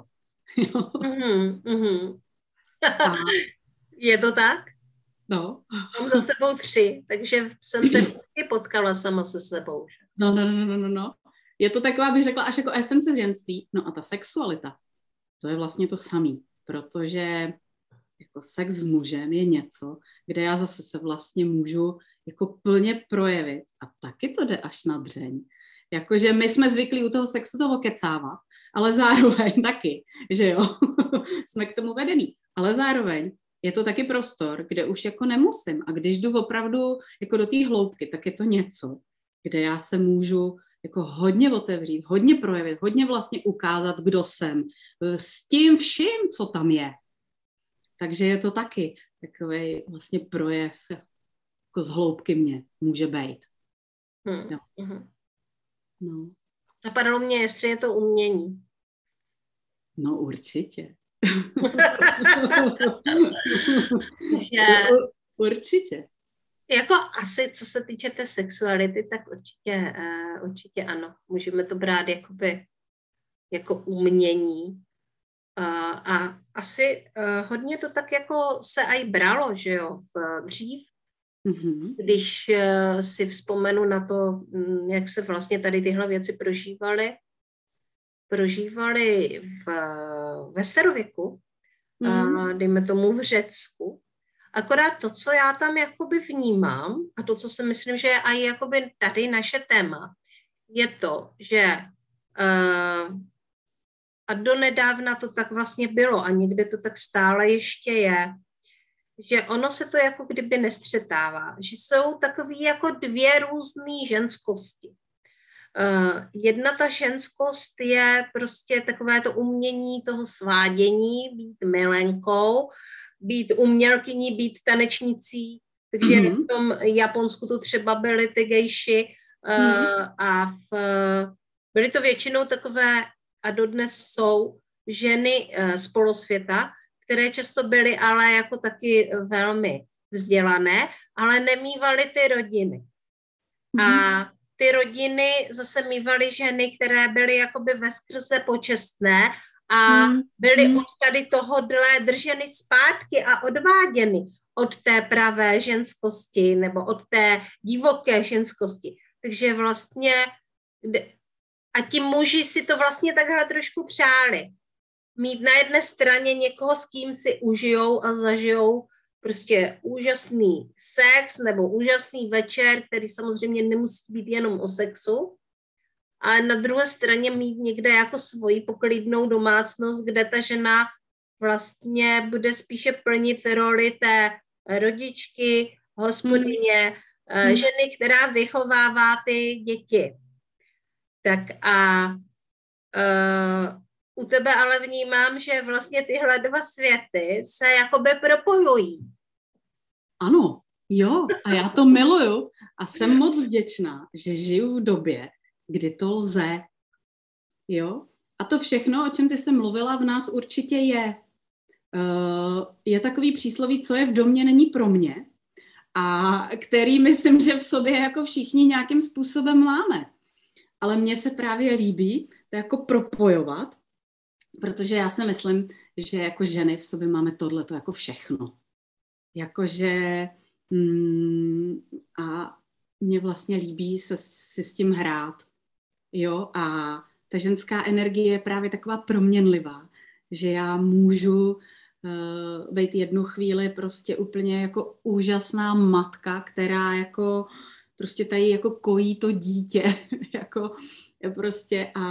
A... Je to tak? No. Mám za sebou 3, takže jsem se vždycky potkala sama se sebou. No. Je to taková, bych řekla, až jako esence ženství. No a ta sexualita, to je vlastně to samý, protože jako sex s mužem je něco, kde já zase se vlastně můžu jako plně projevit a taky to jde až na dřeň. Jakože my jsme zvyklí u toho sexu toho kecávat, ale zároveň taky, že jo, jsme k tomu vedení, ale zároveň je to taky prostor, kde už jako nemusím. A když jdu opravdu jako do té hloubky, tak je to něco, kde já se můžu jako hodně otevřít, hodně projevit, hodně vlastně ukázat, kdo jsem. S tím vším, co tam je. Takže je to taky takový vlastně projev jako z hloubky mě může být. No. Napadlo mě, jestli je to umění. No určitě. Určitě. Jako asi, co se týče té sexuality, tak určitě ano. Můžeme to brát jako umění. A asi hodně to tak jako se aj bralo, že jo, dřív. Když si vzpomenu na to, jak se vlastně tady tyhle věci prožívali ve starověku, dejme tomu v Řecku. Akorát to, co já tam jakoby vnímám a to, co si myslím, že je i jakoby tady naše téma, je to, že a donedávna to tak vlastně bylo a někde to tak stále ještě je, že ono se to jako kdyby nestřetává, že jsou takový jako 2 různé ženskosti. Jedna ta ženskost je prostě takové to umění toho svádění, být milenkou, být umělkyní, být tanečnicí, takže v tom Japonsku to třeba byly ty gejši a byly to většinou takové a dodnes jsou ženy z polosvěta, které často byly ale jako taky velmi vzdělané, ale nemývaly ty rodiny. A ty rodiny zase mývaly ženy, které byly jakoby veskrze počestné a byly od tady tohodle drženy zpátky a odváděny od té pravé ženskosti nebo od té divoké ženskosti. Takže vlastně a ti muži si to vlastně takhle trošku přáli. Mít na jedné straně někoho, s kým si užijou a zažijou prostě úžasný sex nebo úžasný večer, který samozřejmě nemusí být jenom o sexu, ale na druhé straně mít někde jako svoji poklidnou domácnost, kde ta žena vlastně bude spíše plnit roli té rodičky, hospodyně, ženy, která vychovává ty děti. Tak a u tebe ale vnímám, že vlastně tyhle dva světy se jakoby propojují. Ano, jo, a já to miluju a jsem moc vděčná, že žiju v době, kdy to lze. Jo? A to všechno, o čem ty jsi mluvila, v nás určitě je. Je takový přísloví, co je v domě, není pro mě, a který myslím, že v sobě jako všichni nějakým způsobem máme. Ale mně se právě líbí to jako propojovat, protože já si myslím, že jako ženy v sobě máme tohleto jako všechno. Jakože a mně vlastně líbí se si s tím hrát. Jo, a ta ženská energie je právě taková proměnlivá, že já můžu být jednu chvíli prostě úplně jako úžasná matka, která jako prostě tady jako kojí to dítě, jako prostě a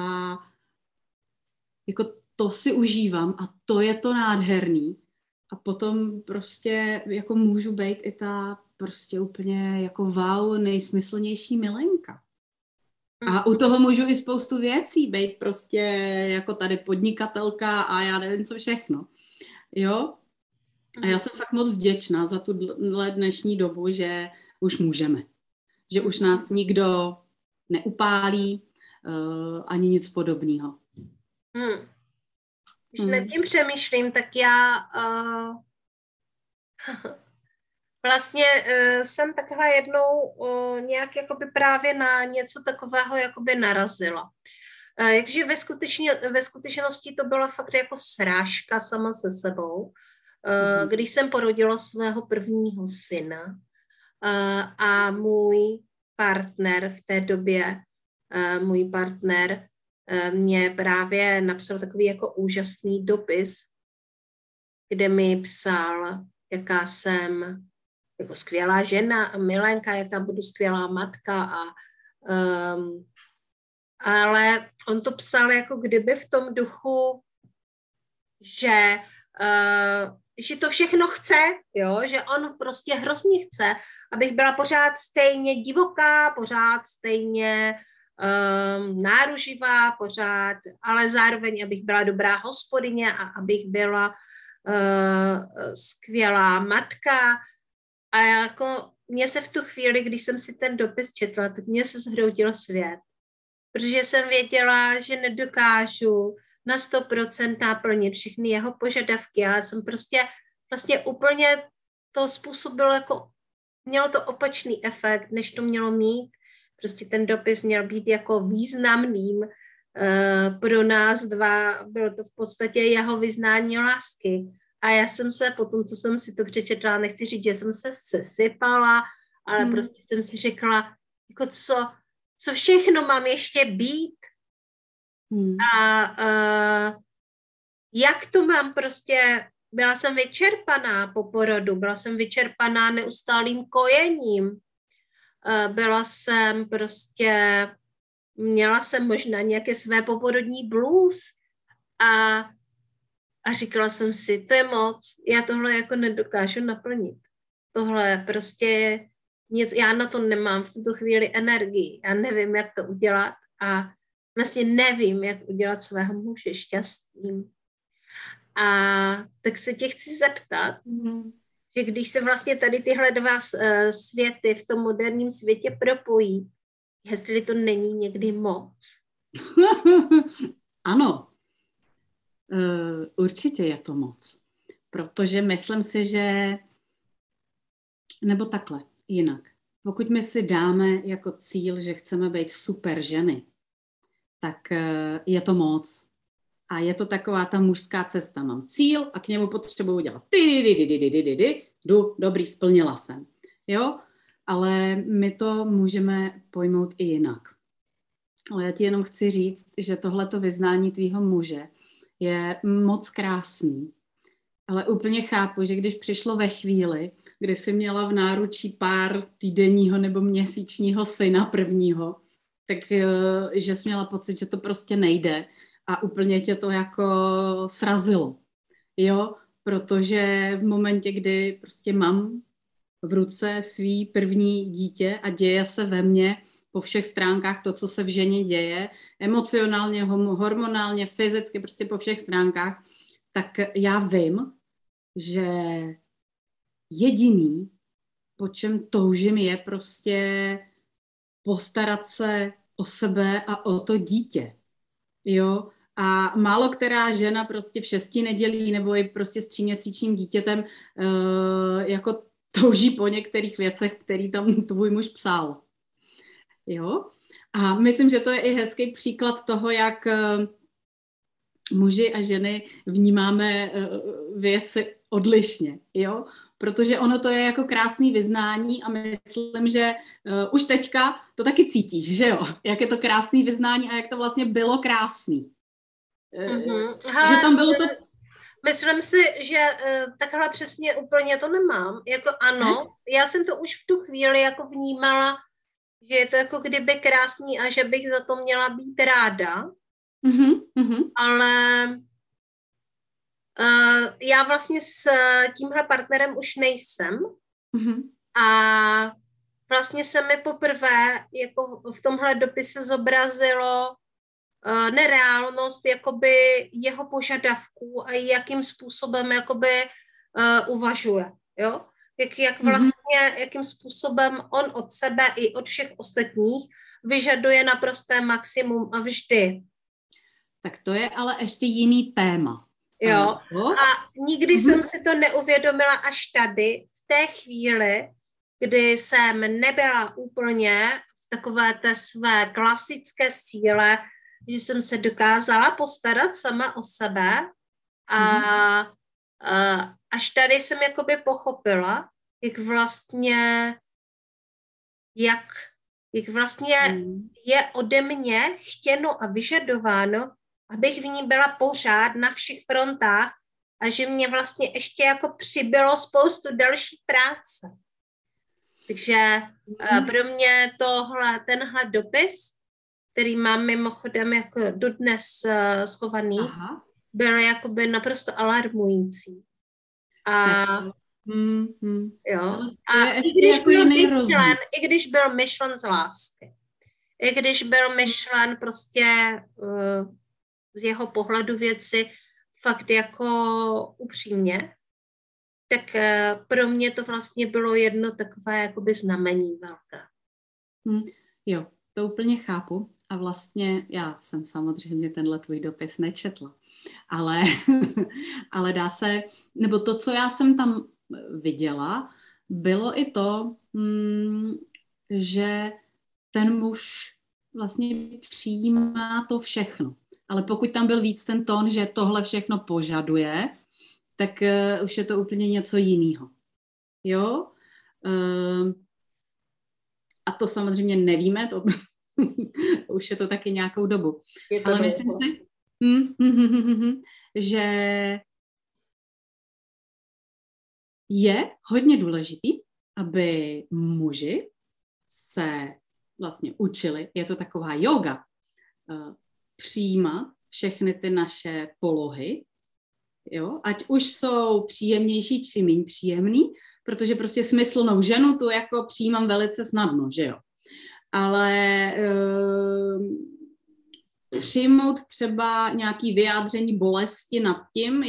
jako to si užívám a to je to nádherný. A potom prostě jako můžu být i ta prostě úplně jako wow, nejsmyslnější milenka. A u toho můžu i spoustu věcí být prostě jako tady podnikatelka a já nevím co všechno. Jo? A já jsem fakt moc vděčná za tuhle dnešní dobu, že už můžeme. Že už nás nikdo neupálí ani nic podobného. Když nad tím přemýšlím, tak já vlastně jsem takhle jednou nějak jakoby právě na něco takového jakoby narazila. Jakže ve skutečnosti to byla fakt jako srážka sama se sebou, když jsem porodila svého prvního syna a můj partner v té době, mě právě napsal takový jako úžasný dopis, kde mi psal, jaká jsem jako skvělá žena a milenka, jaká budu skvělá matka ale on to psal jako kdyby v tom duchu, že to všechno chce, jo? Že on prostě hrozně chce, abych byla pořád stejně divoká, pořád stejně náruživá, pořád, ale zároveň, abych byla dobrá hospodyně a abych byla skvělá matka. A jako mně se v tu chvíli, když jsem si ten dopis četla, tak mně se zhroutil svět. Protože jsem věděla, že nedokážu na 100% naplnit všechny jeho požadavky. Ale jsem prostě vlastně úplně to způsobilo jako, mělo to opačný efekt, než to mělo mít. Prostě ten dopis měl být jako významným pro nás dva. Bylo to v podstatě jeho vyznání lásky. A já jsem se po tom, co jsem si to přečetla, nechci říct, že jsem se sesypala, ale prostě jsem si řekla, jako co všechno mám ještě být a jak to mám prostě, byla jsem vyčerpaná po porodu, byla jsem vyčerpaná neustálým kojením, byla jsem prostě, měla jsem možná nějaké své poporodní blues a říkala jsem si, to je moc, já tohle jako nedokážu naplnit. Tohle prostě nic, já na to nemám v tuto chvíli energii. Já nevím, jak to udělat a vlastně nevím, jak udělat svého muže šťastným. A tak se tě chci zeptat, že když se vlastně tady tyhle dva světy v tom moderním světě propojí, jestli to není někdy moc. Ano, určitě je to moc. Protože myslím si, že, nebo takhle, jinak. Pokud my si dáme jako cíl, že chceme být super ženy, tak je to moc. A je to taková ta mužská cesta. Mám cíl a k němu potřebuji udělat jdu, dobrý, splnila jsem. Jo? Ale my to můžeme pojmout i jinak. Ale já ti jenom chci říct, že tohleto vyznání tvýho muže je moc krásný. Ale úplně chápu, že když přišlo ve chvíli, kdy jsi měla v náručí pár týdenního nebo měsíčního syna prvního, tak že jsi měla pocit, že to prostě nejde a úplně tě to jako srazilo. Jo, protože v momentě, kdy prostě mám v ruce svý první dítě a děje se ve mně po všech stránkách to, co se v ženě děje, emocionálně, hormonálně, fyzicky, prostě po všech stránkách, tak já vím, že jediný, po čem toužím, je prostě postarat se o sebe a o to dítě. Jo? A málo která žena prostě v 6 nedělí nebo i prostě s 3měsíčním dítětem jako touží po některých věcech, který tam tvůj muž psal. Jo? A myslím, že to je i hezký příklad toho, jak muži a ženy vnímáme věci odlišně, jo? Protože ono to je jako krásný vyznání a myslím, že už teďka to taky cítíš, že jo? Jak je to krásný vyznání a jak to vlastně bylo krásný. Že tam bylo to... Myslím si, že takhle přesně úplně to nemám. Jako ano, já jsem to už v tu chvíli jako vnímala, že je to jako kdyby krásný a že bych za to měla být ráda. Ale já vlastně s tímhle partnerem už nejsem a vlastně se mi poprvé jako v tomhle dopise zobrazilo nereálnost jakoby jeho požadavků a jakým způsobem jakoby uvažuje, jo? Jak vlastně, jakým způsobem on od sebe i od všech ostatních vyžaduje naprosté maximum a vždy. Tak to je ale ještě jiný téma. Jo, a nikdy jsem si to neuvědomila až tady, v té chvíli, kdy jsem nebyla úplně v takové té své klasické síle, že jsem se dokázala postarat sama o sebe a až tady jsem jakoby pochopila, jak vlastně je ode mě chtěno a vyžadováno, abych v ní byla pořád na všech frontách a že mě vlastně ještě jako přibylo spoustu další práce. Takže pro mě tenhle dopis, který mám mimochodem jako dodnes schovaný, byl jakoby naprosto alarmující. Jo. A i když byl myšlen z lásky, i když byl myšlen prostě z jeho pohledu věci fakt jako upřímně, tak pro mě to vlastně bylo jedno takové jakoby znamení velké. Jo, to úplně chápu a vlastně já jsem samozřejmě tenhle tvůj dopis nečetla, ale dá se, nebo to, co já jsem tam viděla, bylo i to, že ten muž vlastně přijímá to všechno. Ale pokud tam byl víc ten tón, že tohle všechno požaduje, tak už je to úplně něco jiného. Jo? A to samozřejmě nevíme, to už je to taky nějakou dobu. Ale myslím si, že je hodně důležitý, aby muži se vlastně učili, je to taková yoga, přijímat všechny ty naše polohy, jo? Ať už jsou příjemnější, či méně příjemný, protože prostě smyslnou ženu tu jako přijímám velice snadno, že jo. Ale přijmout třeba nějaké vyjádření bolesti nad tím,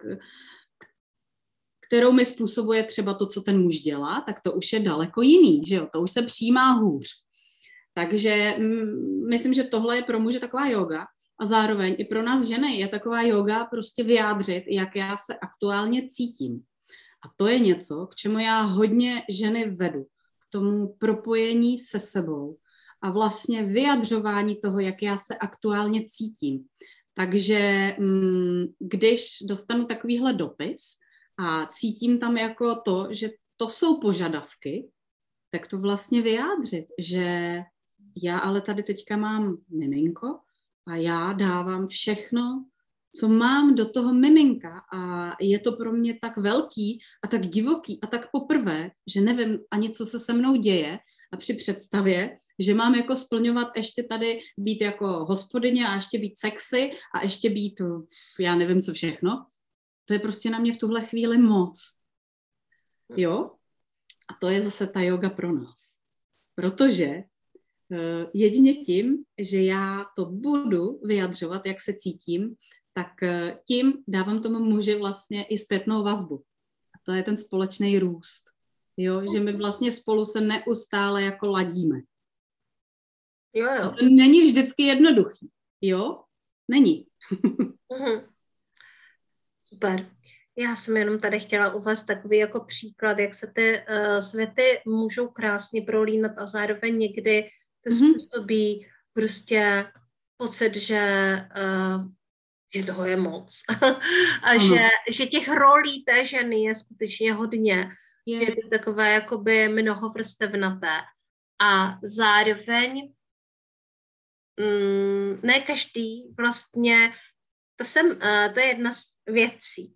kterou mi způsobuje třeba to, co ten muž dělá, tak to už je daleko jiný, že jo, to už se přijímá hůř. Takže myslím, že tohle je pro muže taková yoga A zároveň i pro nás ženy je taková yoga prostě vyjádřit, jak já se aktuálně cítím. A to je něco, k čemu já hodně ženy vedu. K tomu propojení se sebou a vlastně vyjadřování toho, jak já se aktuálně cítím. Takže když dostanu takovýhle dopis a cítím tam jako to, že to jsou požadavky, tak to vlastně vyjádřit, že já ale tady teďka mám miminko a já dávám všechno, co mám do toho miminka a je to pro mě tak velký a tak divoký a tak poprvé, že nevím ani, co se se mnou děje a při představě, že mám jako splňovat ještě tady být jako hospodyně a ještě být sexy a ještě být, já nevím, co všechno, to je prostě na mě v tuhle chvíli moc. Jo? A to je zase ta yoga pro nás. Protože jedině tím, že já to budu vyjadřovat, jak se cítím, tak tím dávám tomu muži vlastně i zpětnou vazbu. A to je ten společný růst. Jo? Že my vlastně spolu se neustále jako ladíme. Jo. A to není vždycky jednoduchý. Jo? Není. Super. Já jsem jenom tady chtěla uvést takový jako příklad, jak se ty světy můžou krásně prolínat a zároveň někdy to způsobí prostě pocit, že toho je moc. A že těch rolí té ženy je skutečně hodně. Je to takové jakoby mnohovrstevnaté. A zároveň ne každý vlastně, to je jedna z věcí.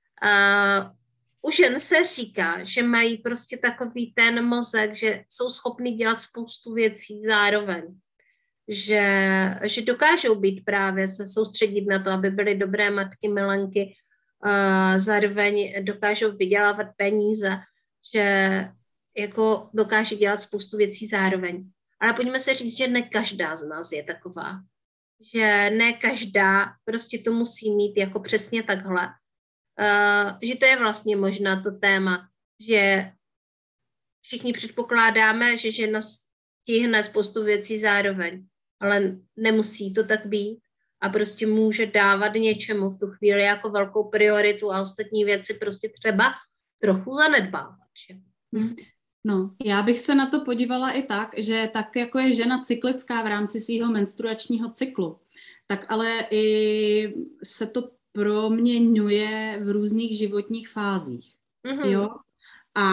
U žen se říká, že mají prostě takový ten mozek, že jsou schopni dělat spoustu věcí zároveň. Že dokážou být právě se soustředit na to, aby byly dobré matky, milenky, zároveň dokážou vydělávat peníze, že jako dokáže dělat spoustu věcí zároveň. Ale pojďme se říct, že ne každá z nás je taková. Že ne každá prostě to musí mít jako přesně takhle. Že to je vlastně možná to téma, že všichni předpokládáme, že žena stihne spoustu věcí zároveň, ale nemusí to tak být a prostě může dávat něčemu v tu chvíli jako velkou prioritu a ostatní věci prostě třeba trochu zanedbávat. No, já bych se na to podívala i tak, že tak jako je žena cyklická v rámci svého menstruačního cyklu, tak ale i se to proměňuje v různých životních fázích. Jo? A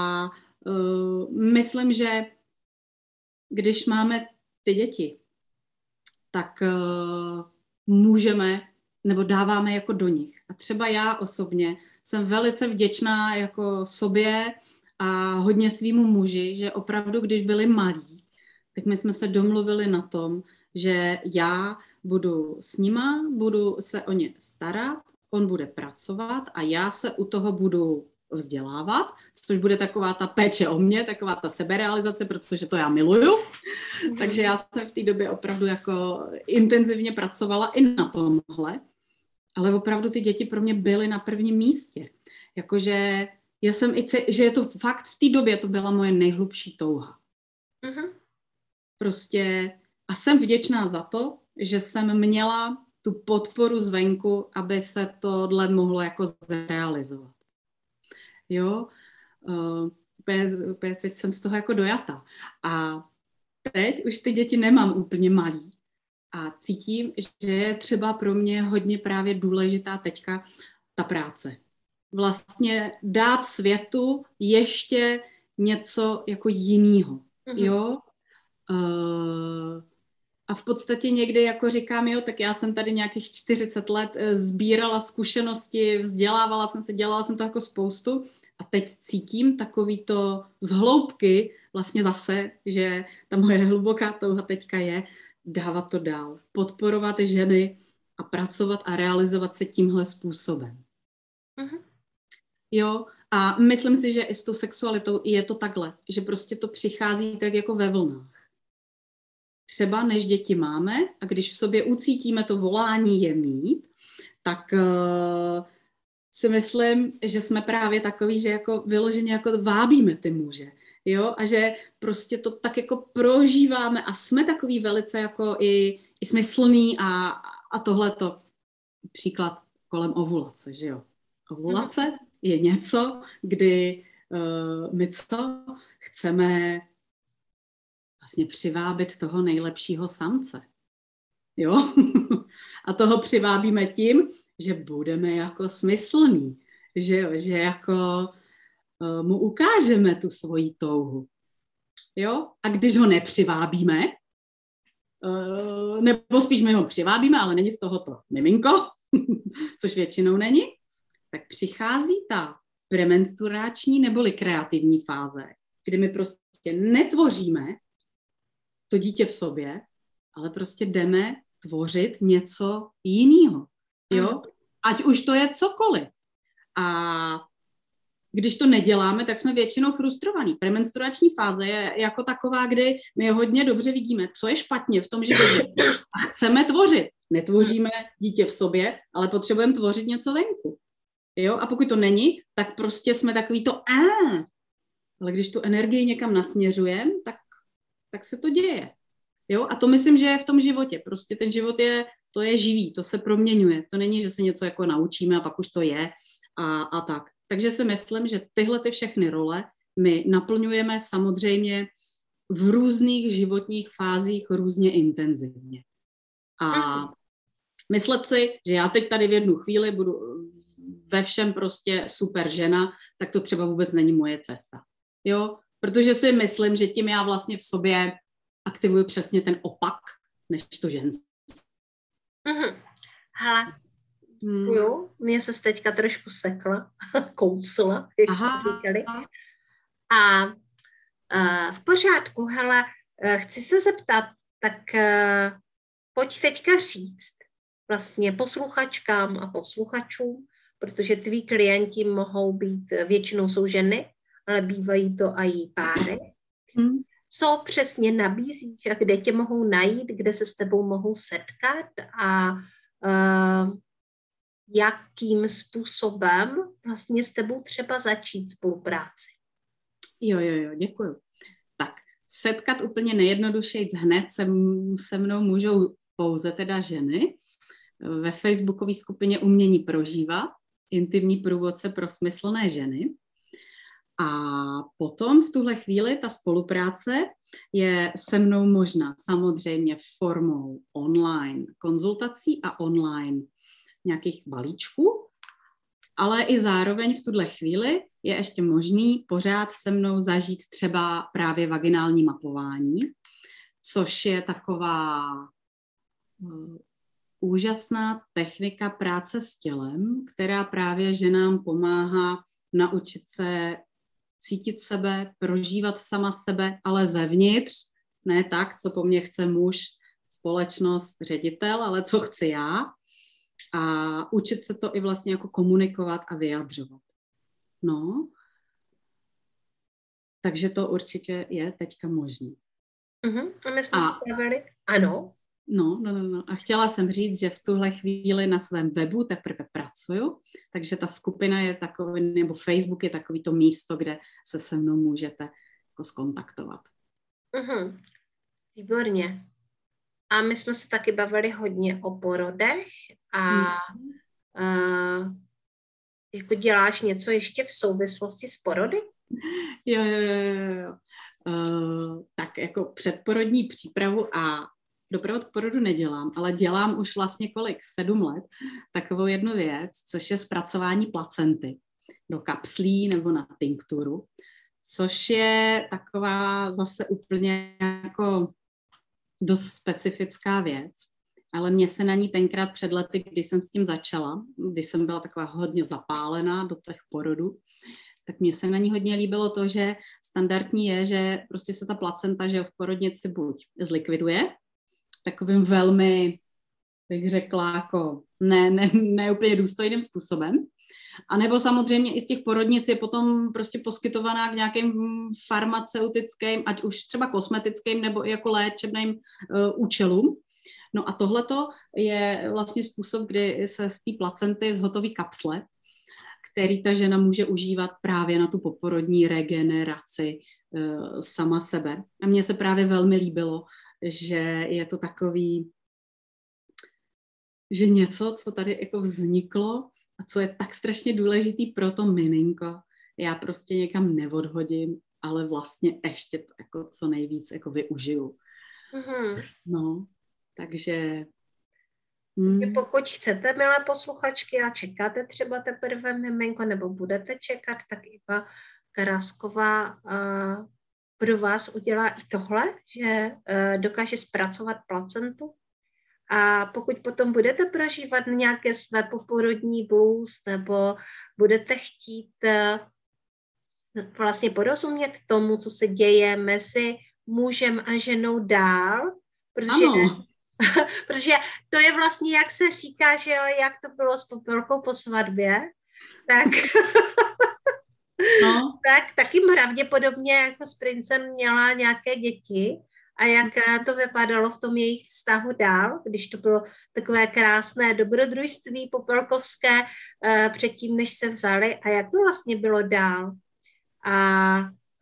myslím, že když máme ty děti, tak můžeme nebo dáváme jako do nich. A třeba já osobně jsem velice vděčná jako sobě a hodně svýmu muži, že opravdu, když byli malí, tak my jsme se domluvili na tom, že já budu s nima, budu se o ně starat, on bude pracovat a já se u toho budu vzdělávat, což bude taková ta péče o mě, taková ta seberealizace, protože to já miluju. Takže já jsem v té době opravdu jako intenzivně pracovala i na tomhle, ale opravdu ty děti pro mě byly na prvním místě. Jakože já jsem že je to fakt v té době, to byla moje nejhlubší touha. Prostě a jsem vděčná za to, že jsem měla tu podporu zvenku, aby se tohle mohlo jako zrealizovat. Jo, teď jsem z toho jako dojata. A teď už ty děti nemám úplně malý. A cítím, že je třeba pro mě hodně právě důležitá teďka ta práce. Vlastně dát světu ještě něco jako jinýho. Jo? A v podstatě někdy jako říkám, jo, tak já jsem tady nějakých 40 let sbírala zkušenosti, vzdělávala jsem se, dělala jsem to jako spoustu a teď cítím takový to z hloubky vlastně zase, že ta moje hluboká touha teďka je dávat to dál, podporovat ženy a pracovat a realizovat se tímhle způsobem. Jo, a myslím si, že i s tou sexualitou je to takhle, že prostě to přichází tak jako ve vlnách. Třeba než děti máme a když v sobě ucítíme to volání je mít, tak si myslím, že jsme právě takový, že jako vyloženě jako vábíme ty muže. Jo? A že prostě to tak jako prožíváme a jsme takový velice jako i i smyslný a tohleto příklad kolem ovulace, že jo. Ovulace je něco, kdy my co chceme vlastně přivábit toho nejlepšího samce. Jo? A toho přivábíme tím, že budeme jako smyslný, že jako mu ukážeme tu svoji touhu. Jo? A když ho nepřivábíme, nebo spíš my ho přivábíme, ale není z toho to miminko, což většinou není, tak přichází ta premenstruační neboli kreativní fáze, kdy my prostě netvoříme to dítě v sobě, ale prostě jdeme tvořit něco jiného. Jo? Ať už to je cokoliv. A když to neděláme, tak jsme většinou frustrovaní. Premenstruační fáze je jako taková, kdy my hodně dobře vidíme, co je špatně v tom životě. A chceme tvořit. Netvoříme dítě v sobě, ale potřebujeme tvořit něco venku. Jo? A pokud to není, tak prostě jsme takový to ale když tu energii někam nasměřujeme, tak se to děje. Jo? A to myslím, že je v tom životě. Prostě ten život to je živý, to se proměňuje. To není, že se něco jako naučíme a pak už to je a tak. Takže si myslím, že tyhle ty všechny role my naplňujeme samozřejmě v různých životních fázích různě intenzivně. A myslet si, že já teď tady v jednu chvíli budu ve všem prostě super žena, tak to třeba vůbec není moje cesta. Jo? Protože si myslím, že tím já vlastně v sobě aktivuju přesně ten opak, než to ženství. Hele, jo, mě se teďka trošku sekla, kousla, jak jsme říkali. A v pořádku, hele, chci se zeptat, tak pojď teďka říct vlastně posluchačkám a posluchačům, protože tví klienti mohou být, většinou jsou ženy, ale bývají to i páry. Co přesně nabízíš a kde tě mohou najít, kde se s tebou mohou setkat a jakým způsobem vlastně s tebou třeba začít spolupráci. Jo, děkuju. Tak, setkat úplně nejjednodušeji hned se mnou můžou pouze teda ženy ve facebookové skupině Umění prožívat, intimní průvodce pro smyslné ženy. A potom v tuhle chvíli ta spolupráce je se mnou možná samozřejmě formou online konzultací a online nějakých balíčků, ale i zároveň v tuhle chvíli je ještě možný pořád se mnou zažít třeba právě vaginální mapování, což je taková úžasná technika práce s tělem, která právě ženám pomáhá naučit se cítit sebe, prožívat sama sebe, ale zevnitř, ne tak, co po mně chce muž, společnost, ředitel, ale co chci já. A učit se to i vlastně jako komunikovat a vyjadřovat. No, takže to určitě je teďka možný. A my jsme si bavili, ano. No. A chtěla jsem říct, že v tuhle chvíli na svém webu teprve pracuju, takže ta skupina je takový, nebo Facebook je takový to místo, kde se mnou můžete jako zkontaktovat. Výborně. A my jsme se taky bavili hodně o porodech a jako děláš něco ještě v souvislosti s porody? Jo. Tak jako předporodní přípravu a doprovod k porodu nedělám, ale dělám už vlastně 7 let takovou jednu věc, což je zpracování placenty do kapslí nebo na tinkturu, což je taková zase úplně jako dost specifická věc, ale mě se na ní tenkrát před lety, když jsem s tím začala, když jsem byla taková hodně zapálená do těch porodů, tak mně se na ní hodně líbilo to, že standardní je, že prostě se ta placenta, že v porodnici buď zlikviduje, takovým velmi, bych řekla, jako ne úplně důstojným způsobem, a nebo samozřejmě i z těch porodnic je potom prostě poskytovaná k nějakým farmaceutickým, ať už třeba kosmetickým, nebo i jako léčebným účelům. No a tohleto je vlastně způsob, kdy se z té placenty zhotoví kapsle, který ta žena může užívat právě na tu poporodní regeneraci sama sebe. A mně se právě velmi líbilo, že je to takový že něco, co tady jako vzniklo a co je tak strašně důležitý pro to miminko, já prostě někam neodhodím, ale vlastně ještě to jako co nejvíc jako využiju. Mm-hmm. No, takže... Pokud chcete, milé posluchačky, a čekáte třeba teprve miminko, nebo budete čekat, tak Iva Karásková pro vás udělá i tohle, že dokáže zpracovat placentu. A pokud potom budete prožívat nějaké své poporodní blues, nebo budete chtít vlastně porozumět tomu, co se děje mezi mužem a ženou dál, protože to je vlastně, jak se říká, že jo, jak to bylo s Popelkou po svatbě, tak, tak taky pravděpodobně jako s princem měla nějaké děti a jak to vypadalo v tom jejich vztahu dál, když to bylo takové krásné dobrodružství popelkovské předtím, než se vzali a jak to vlastně bylo dál a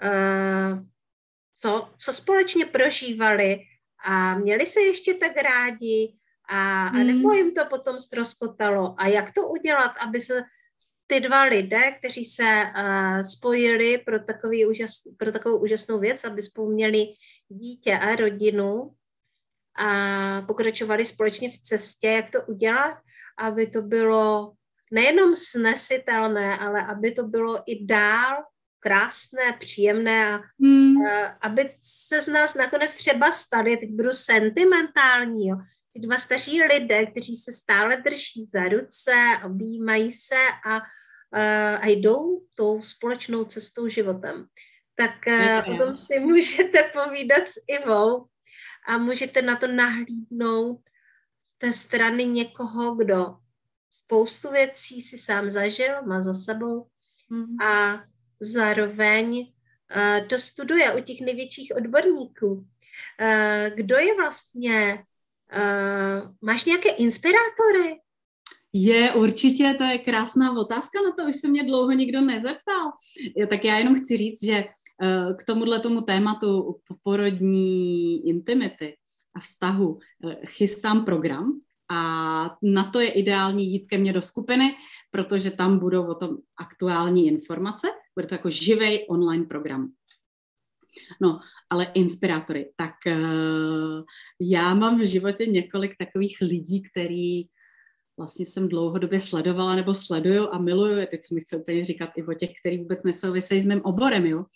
co společně prožívali a měli se ještě tak rádi a nebo jim to potom ztroskotalo a jak to udělat, aby se ty dva lidé, kteří se spojili pro takovou úžasnou věc, aby spolu měli dítě a rodinu a pokračovali společně v cestě, jak to udělat, aby to bylo nejenom snesitelné, ale aby to bylo i dál krásné, příjemné a aby se z nás nakonec třeba stali, teď budu sentimentální, jo, ty dva staří lidé, kteří se stále drží za ruce, objímají se a jdou tou společnou cestou životem. Tak o tom si můžete povídat s Ivou a můžete na to nahlídnout z té strany někoho, kdo spoustu věcí si sám zažil, má za sebou a zároveň to studuje u těch největších odborníků. Kdo je vlastně, máš nějaké inspirátory? Je, určitě, to je krásná otázka, na to už se mě dlouho nikdo nezeptal. Tak já jenom chci říct, že k tomu tématu poporodní intimity a vztahu chystám program a na to je ideální jít ke mně do skupiny, protože tam budou o tom aktuální informace. Bude to jako živej online program. No, ale inspirátory. Tak já mám v životě několik takových lidí, který vlastně jsem dlouhodobě sledovala nebo sleduju a miluju. Teď se mi chce úplně říkat i o těch, který vůbec nesouvisejí s mým oborem, jo.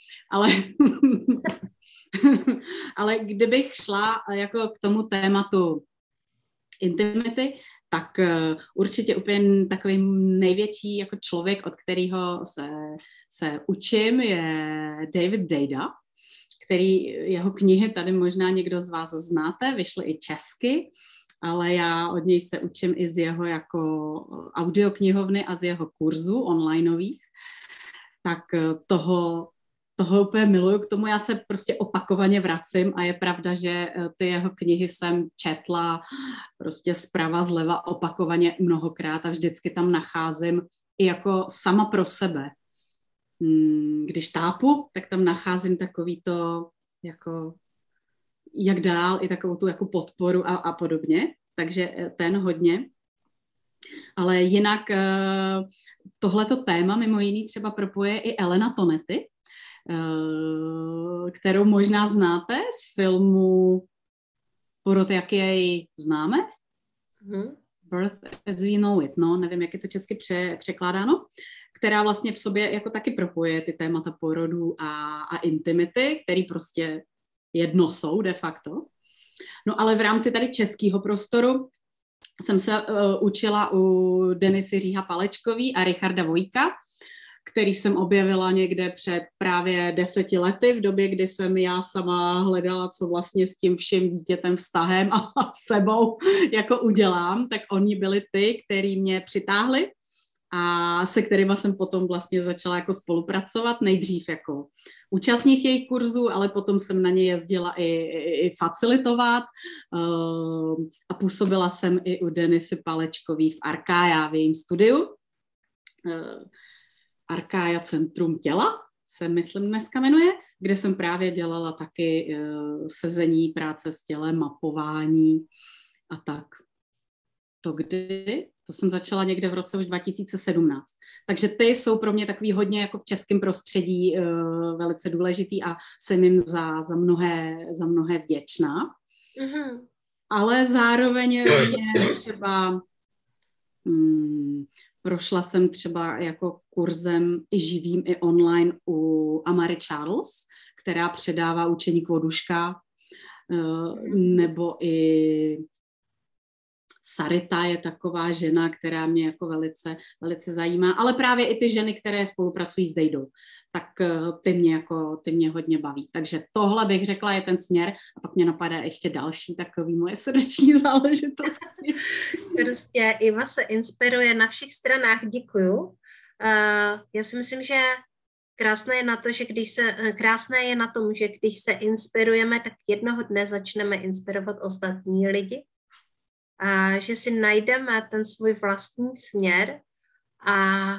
Ale kdybych šla jako k tomu tématu intimity, tak určitě úplně takový největší jako člověk, od kterého se učím, je David Deida, který jeho knihy tady možná někdo z vás znáte, vyšly i česky, ale já od něj se učím i z jeho jako audioknihovny a z jeho kurzů onlineových, tak toho úplně miluju, k tomu já se prostě opakovaně vracím a je pravda, že ty jeho knihy jsem četla prostě zprava zleva opakovaně mnohokrát a vždycky tam nacházím i jako sama pro sebe. Když tápu, tak tam nacházím takový to jako jak dál, i takovou tu jako podporu a podobně, takže ten hodně. Ale jinak tohleto téma mimo jiný třeba propoje i Elena Tonetti, kterou možná znáte z filmu Porod, jak jej známe? Birth as we know it, no, nevím, jak je to česky překládáno, která vlastně v sobě jako taky propoje ty témata porodu a intimity, který prostě jedno jsou de facto. No ale v rámci tady českého prostoru jsem se učila u Denisy Říha Palečkový a Richarda Vojka, který jsem objevila někde před právě 10 lety, v době, kdy jsem já sama hledala, co vlastně s tím vším dítětem, vztahem a sebou jako udělám, tak oni byli ty, který mě přitáhli a se kterýma jsem potom vlastně začala jako spolupracovat, nejdřív jako účastník jejich kurzů, ale potom jsem na ně jezdila i facilitovat a působila jsem i u Denisy Palečkový v Arkája v jejím studiu. Arkája Centrum těla se, myslím, dneska jmenuje, kde jsem právě dělala taky sezení, práce s tělem, mapování a tak. To kdy? To jsem začala někde v roce už 2017. Takže ty jsou pro mě takový hodně jako v českém prostředí velice důležitý a jsem jim za mnohé vděčná. Mm-hmm. Ale zároveň mě třeba prošla jsem třeba jako kurzem i živým, i online u Amary Charles, která předává učení Kvoduška, nebo i Sarita je taková žena, která mě jako velice, velice zajímá, ale právě i ty ženy, které spolupracují s Dejdou, tak ty mě hodně baví. Takže tohle bych řekla je ten směr a pak mě napadá ještě další takový moje srdeční záležitosti. Prostě Iva se inspiruje na všech stranách, děkuju. Já si myslím, že krásné je na tom, že když se inspirujeme, tak jednoho dne začneme inspirovat ostatní lidi. A že si najdeme ten svůj vlastní směr a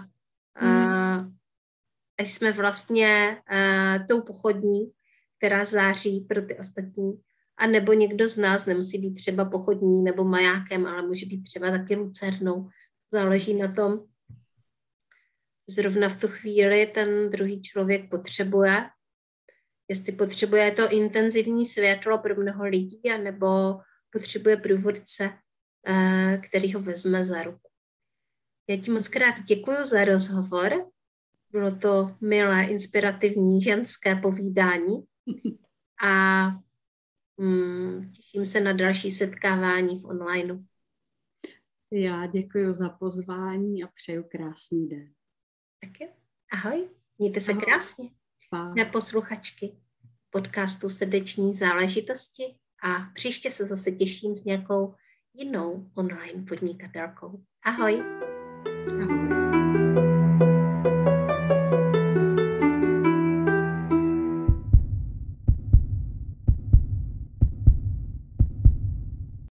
jsme vlastně tou pochodní, která září pro ty ostatní. A nebo někdo z nás nemusí být třeba pochodní nebo majákem, ale může být třeba taky lucernou. Záleží na tom, zrovna v tu chvíli ten druhý člověk potřebuje. Jestli potřebuje to intenzivní světlo pro mnoho lidí, anebo potřebuje průvodce, který ho vezme za ruku. Já ti moc krát děkuju za rozhovor. Bylo to milé, inspirativní ženské povídání a těším se na další setkávání v onlineu. Já děkuji za pozvání a přeju krásný den. Tak jo. Ahoj, mějte se krásně. Na posluchačky podcastu Srdeční záležitosti a příště se zase těším s nějakou jinou online podnikatelkou. Ahoj. Ahoj.